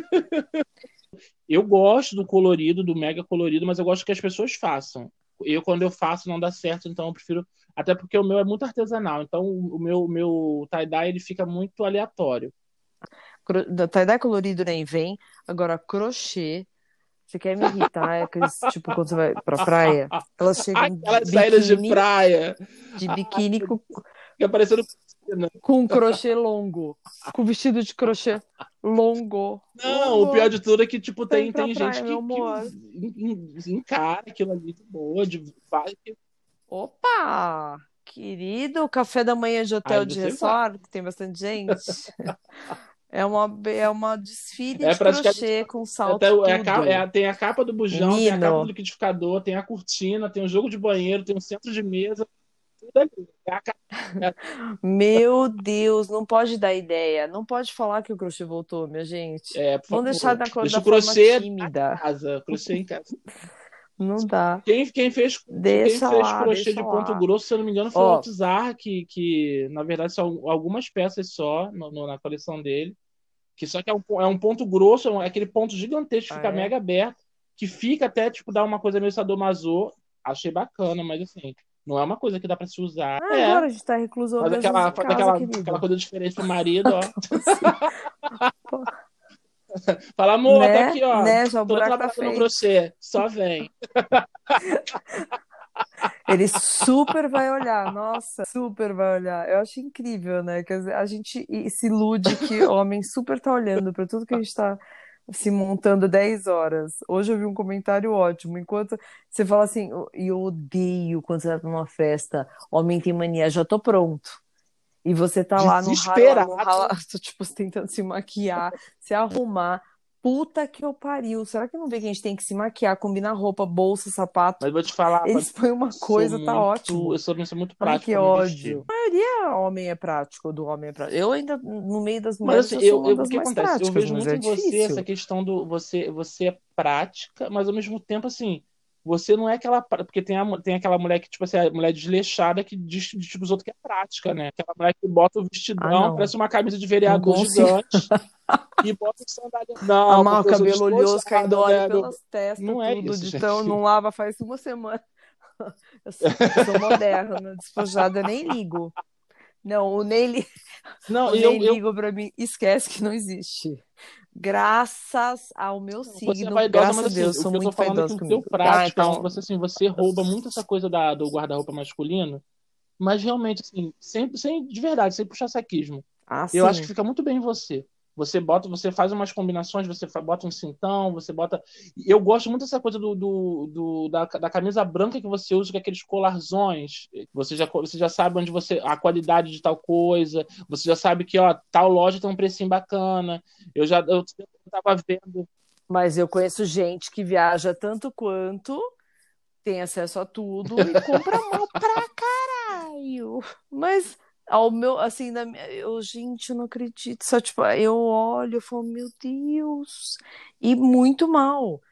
Eu gosto do colorido, do mega colorido, mas eu gosto que as pessoas façam. Quando eu faço, não dá certo, então eu prefiro. Até porque o meu é muito artesanal, então o meu tie-dye ele fica muito aleatório. Tie-dye colorido nem vem. Agora, crochê, você quer me irritar? É aqueles, tipo, quando você vai pra praia, elas chegam Aquelas saídas de ai, biquíni meu Deus, fica parecendo piscina. com crochê longo. Com vestido de crochê longo. Não, o pior Longo. de tudo é que, tipo, Tô indo tem, pra tem praia, gente meu que amor. encara aquilo ali de boa, vai, Opa! Querido, café da manhã de aí hotel de você vai. resort, que tem bastante gente. É uma desfile É de praticamente crochê com até salto tudo. tem a capa do bujão, tem a capa do Menino, liquidificador, tem a cortina, tem o jogo de banheiro, tem o centro de mesa, tudo ali. É a capa, é, meu Deus, não pode dar ideia. Não pode falar que o crochê voltou, minha gente. por Vamos deixar favor. da cor Deixa da o forma crochê na tímida. casa, crochê em casa. Não dá. Quem fez crochê Deixa de ponto lá. grosso, se eu não me engano, foi o Ó, Altizar, que na verdade são algumas peças só na coleção dele. Que só que é um ponto grosso, é aquele ponto gigantesco que ah, fica é? mega aberto, que fica até, tipo, dar uma coisa meio sadomaso. Achei bacana, mas assim, não é uma coisa que dá pra se usar. Ah, agora a gente tá recluso dentro de Faz casa, aquela querido. coisa diferente pro marido, ó. Assim, pô, Fala, amor, tá aqui, ó. né? Já o Tô buraco tá trabalhando no feito. crochê. Só vem. Ele super vai olhar, nossa, super vai olhar. Eu acho incrível, né? Quer dizer, a gente se ilude que o homem super tá olhando para tudo que a gente tá se montando 10 horas. Hoje eu vi um comentário ótimo. Enquanto você fala assim, e eu odeio quando você vai pra uma festa, homem tem mania, já tô pronto. E você tá lá no rala, Desesperado. tipo, tentando se maquiar, se arrumar. Puta que eu pariu. Será que não vê que a gente tem que se maquiar, combinar roupa, bolsa, sapato? Mas vou te falar, Eles põem uma coisa, tá eu ótimo. sou uma pessoa muito Ai, prática que pra me vestir. ódio. A maioria homem é prático, do homem é prático. Eu ainda, no meio das Mas mulheres, assim, eu sou uma o das que mais acontece? Eu práticas, vejo mas muito é em você essa difícil. questão do você é prática, mas ao mesmo tempo assim, você não é aquela porque tem aquela mulher que tipo assim, a mulher desleixada que diz tipo os outros que é prática, né? Aquela mulher que bota o Ah, vestidão, não. parece uma camisa de Não vereador consigo. gigante e bota o sandália. Não, Amar o porque eu sou cabelo oleoso, caindo despojada, óleo né? pelas testas, Não é tudo isso, de tão, gente. não lava faz uma semana. Eu sou moderna, despojada, eu nem ligo. Não, Não, o nem ligo pra mim, esquece que não existe. Graças ao meu você é signo, vaidosa, mas graças a assim, Deus, o são que eu tô muito falando é que vaidosos o teu comigo. Ah, prático, então, você rouba muito essa coisa do guarda-roupa masculino. Mas realmente, assim, sem, de verdade, sem puxar saquismo. Eu acho que assim, fica muito bem em você. Você faz umas combinações, bota um cintão, você bota. Eu gosto muito dessa coisa da camisa branca que você usa, com aqueles colarzões. Você já sabe onde a qualidade de tal coisa. Você já sabe que, ó, tal loja tem um precinho bacana. Eu tava vendo. mas eu conheço gente que viaja tanto quanto, tem acesso a tudo e compra mal pra caralho. Mas ao meu, assim, gente, eu não acredito. Só tipo, eu olho, eu falo, meu Deus, e muito mal.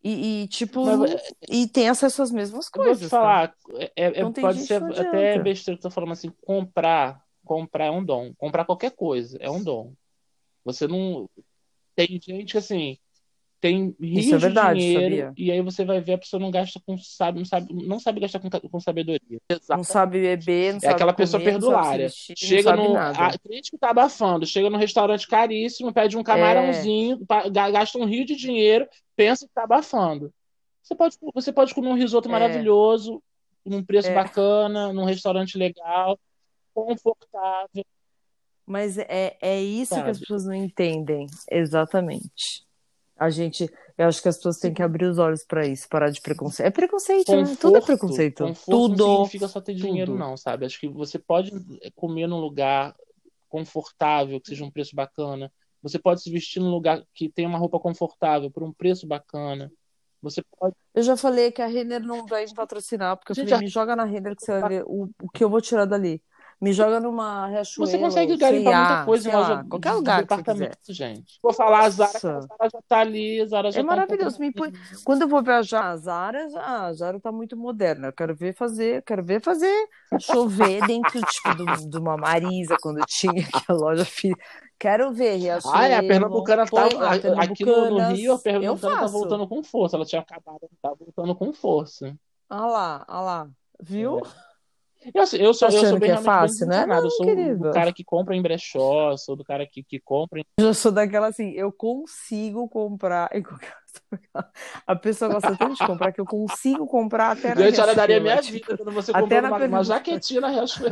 Tipo, Mas não, e tem acesso às mesmas eu vou te coisas, tá? falar, Então tem pode gente que ser não até adianta. besteira que eu tô falando assim, comprar é um dom. Comprar qualquer coisa é um dom. Você não. Tem gente que assim, tem Isso é rios de verdade, dinheiro, sabia? e aí você vai ver a pessoa não gasta não sabe gastar com sabedoria. Não Exato. sabe beber, não É sabe aquela pessoa comer, não sabe se perdulária. vestir, não sabe nada. Cliente que tá abafando, chega num restaurante caríssimo, pede um É, camarãozinho, gasta um rio de dinheiro, pensa que tá abafando. Você pode comer um risoto é, maravilhoso, num preço é. bacana, num restaurante legal, confortável, Mas é isso que as sabe? pessoas não entendem. Exatamente. Eu acho que as pessoas têm que Sim. abrir os olhos para isso, parar de preconceito. É preconceito, né? Tudo é preconceito. Conforto não Tudo, significa só ter dinheiro, tudo. não, sabe? Acho que você pode comer num lugar confortável, que seja um preço bacana. Você pode se vestir num lugar que tenha uma roupa confortável por um preço bacana. Você pode. Eu já falei que a Renner não vai me patrocinar, porque eu Gente, falei, me joga na Renner que você vai ver o que eu vou tirar dali. Me joga numa Você Riachuelo, consegue garimpar muita coisa em sei loja lá, qualquer de lugar que você quiser. departamento, gente. Vou falar a Zara, que a Nossa, Zara já tá ali, a Zara é já tá em ponta maravilhoso. firme. Quando eu vou viajar, a Zara tá muito moderna. Eu quero ver fazer chover dentro, tipo, de uma Marisa, quando tinha aquela loja. Quero ver A Riachuelo, Pernambucana tá, põe lá, aqui no Rio, a Pernambucanas, eu Pernambucana tá faço. voltando com força. Ela tinha acabado, tá voltando com força. Ah lá, viu? É. Tá Eu sou achando bem que é realmente bem fácil, né? desencanado. Eu Não, sou do querido. cara que compra em brechó, sou do cara que compra em... Eu sou daquela assim, eu consigo comprar em qualquer lugar. A pessoa gosta tanto de comprar que eu consigo comprar até na Gente, olha, daria Riachuelo, minha tipo, vida quando você até comprando na uma Pernambucana. jaquetinha na Riachuelo.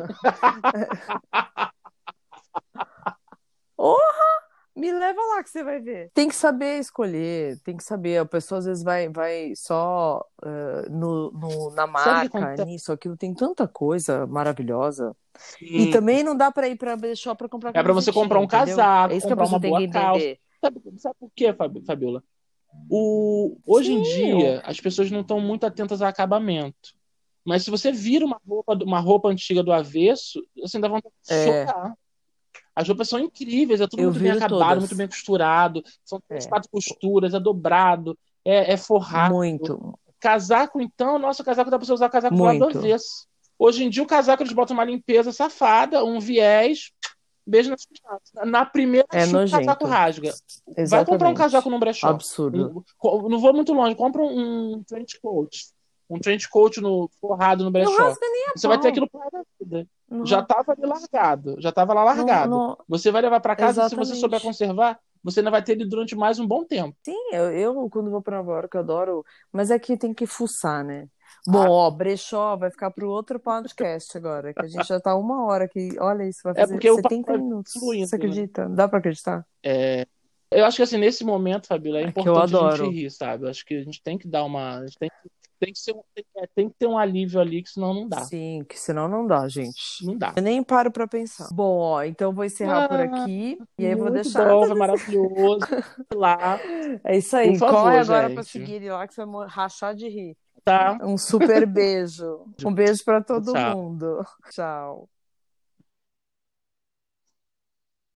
Ou me leva lá que você vai ver. Tem que saber escolher, tem que saber. A pessoa às vezes vai só na Sabe o que marca, acontece? nisso, aquilo. Tem tanta coisa maravilhosa. E Sim. também não dá para ir para brechó para comprar É para você comprar camisetinha, um entendeu? É casaco, isso que a comprar uma pessoa tem boa que calça. entender. Sabe por quê, Fabiola? Hoje em Sim, dia, as pessoas não estão muito atentas a acabamento. Mas se você vira uma roupa antiga do avesso, você ainda vai é, chorar. As roupas são incríveis, é tudo eu muito bem viro acabado, muito todas. bem costurado, são três, É, quatro costuras, é dobrado, é forrado. muito, Casaco, então, nossa, casaco dá pra você usar casaco do lado do muito. avesso. Hoje em dia, o casaco eles botam uma limpeza safada, um viés, beijo nas costas. Na primeira É chuva, o casaco nojento. rasga. Vai comprar um casaco Exatamente. num brechó. Absurdo. Não vou muito longe, compra um trench coat. Um trench coat no, forrado no Não brechó. rasga nem a Você vai ter pau. aquilo pro resto da vida. Não, Já ra- estava ali largado, já estava lá não, largado. não, Você vai levar para casa, se você souber exatamente. conservar, você ainda vai ter ele durante mais um bom tempo. Sim, eu quando vou pra Nova York eu adoro, mas é que tem que fuçar, né? Bom, Ah, ó, brechó vai ficar pro outro podcast agora, que a gente já tá 1 hora aqui. Olha isso, vai é fazer porque o papo 70 vai minutos. Você fluindo, né? acredita? Dá pra acreditar? Eu acho que assim, nesse momento, Fabíola, é É que eu importante a gente adoro. rir, sabe? Eu acho que a gente tem que dar uma. A gente tem que ser, tem que ter um alívio ali, que senão não dá. Sim, que senão não dá, gente. Não dá. Eu nem paro pra pensar. Bom, ó, então eu vou encerrar por Ah, aqui e aí eu vou muito deixar. bom, foi maravilhoso. Lá, É isso por aí. Corre favor, agora pra gente. seguir ele lá que você vai rachar de rir. Tá? Um super beijo. Um beijo pra todo Tchau. mundo. Tchau.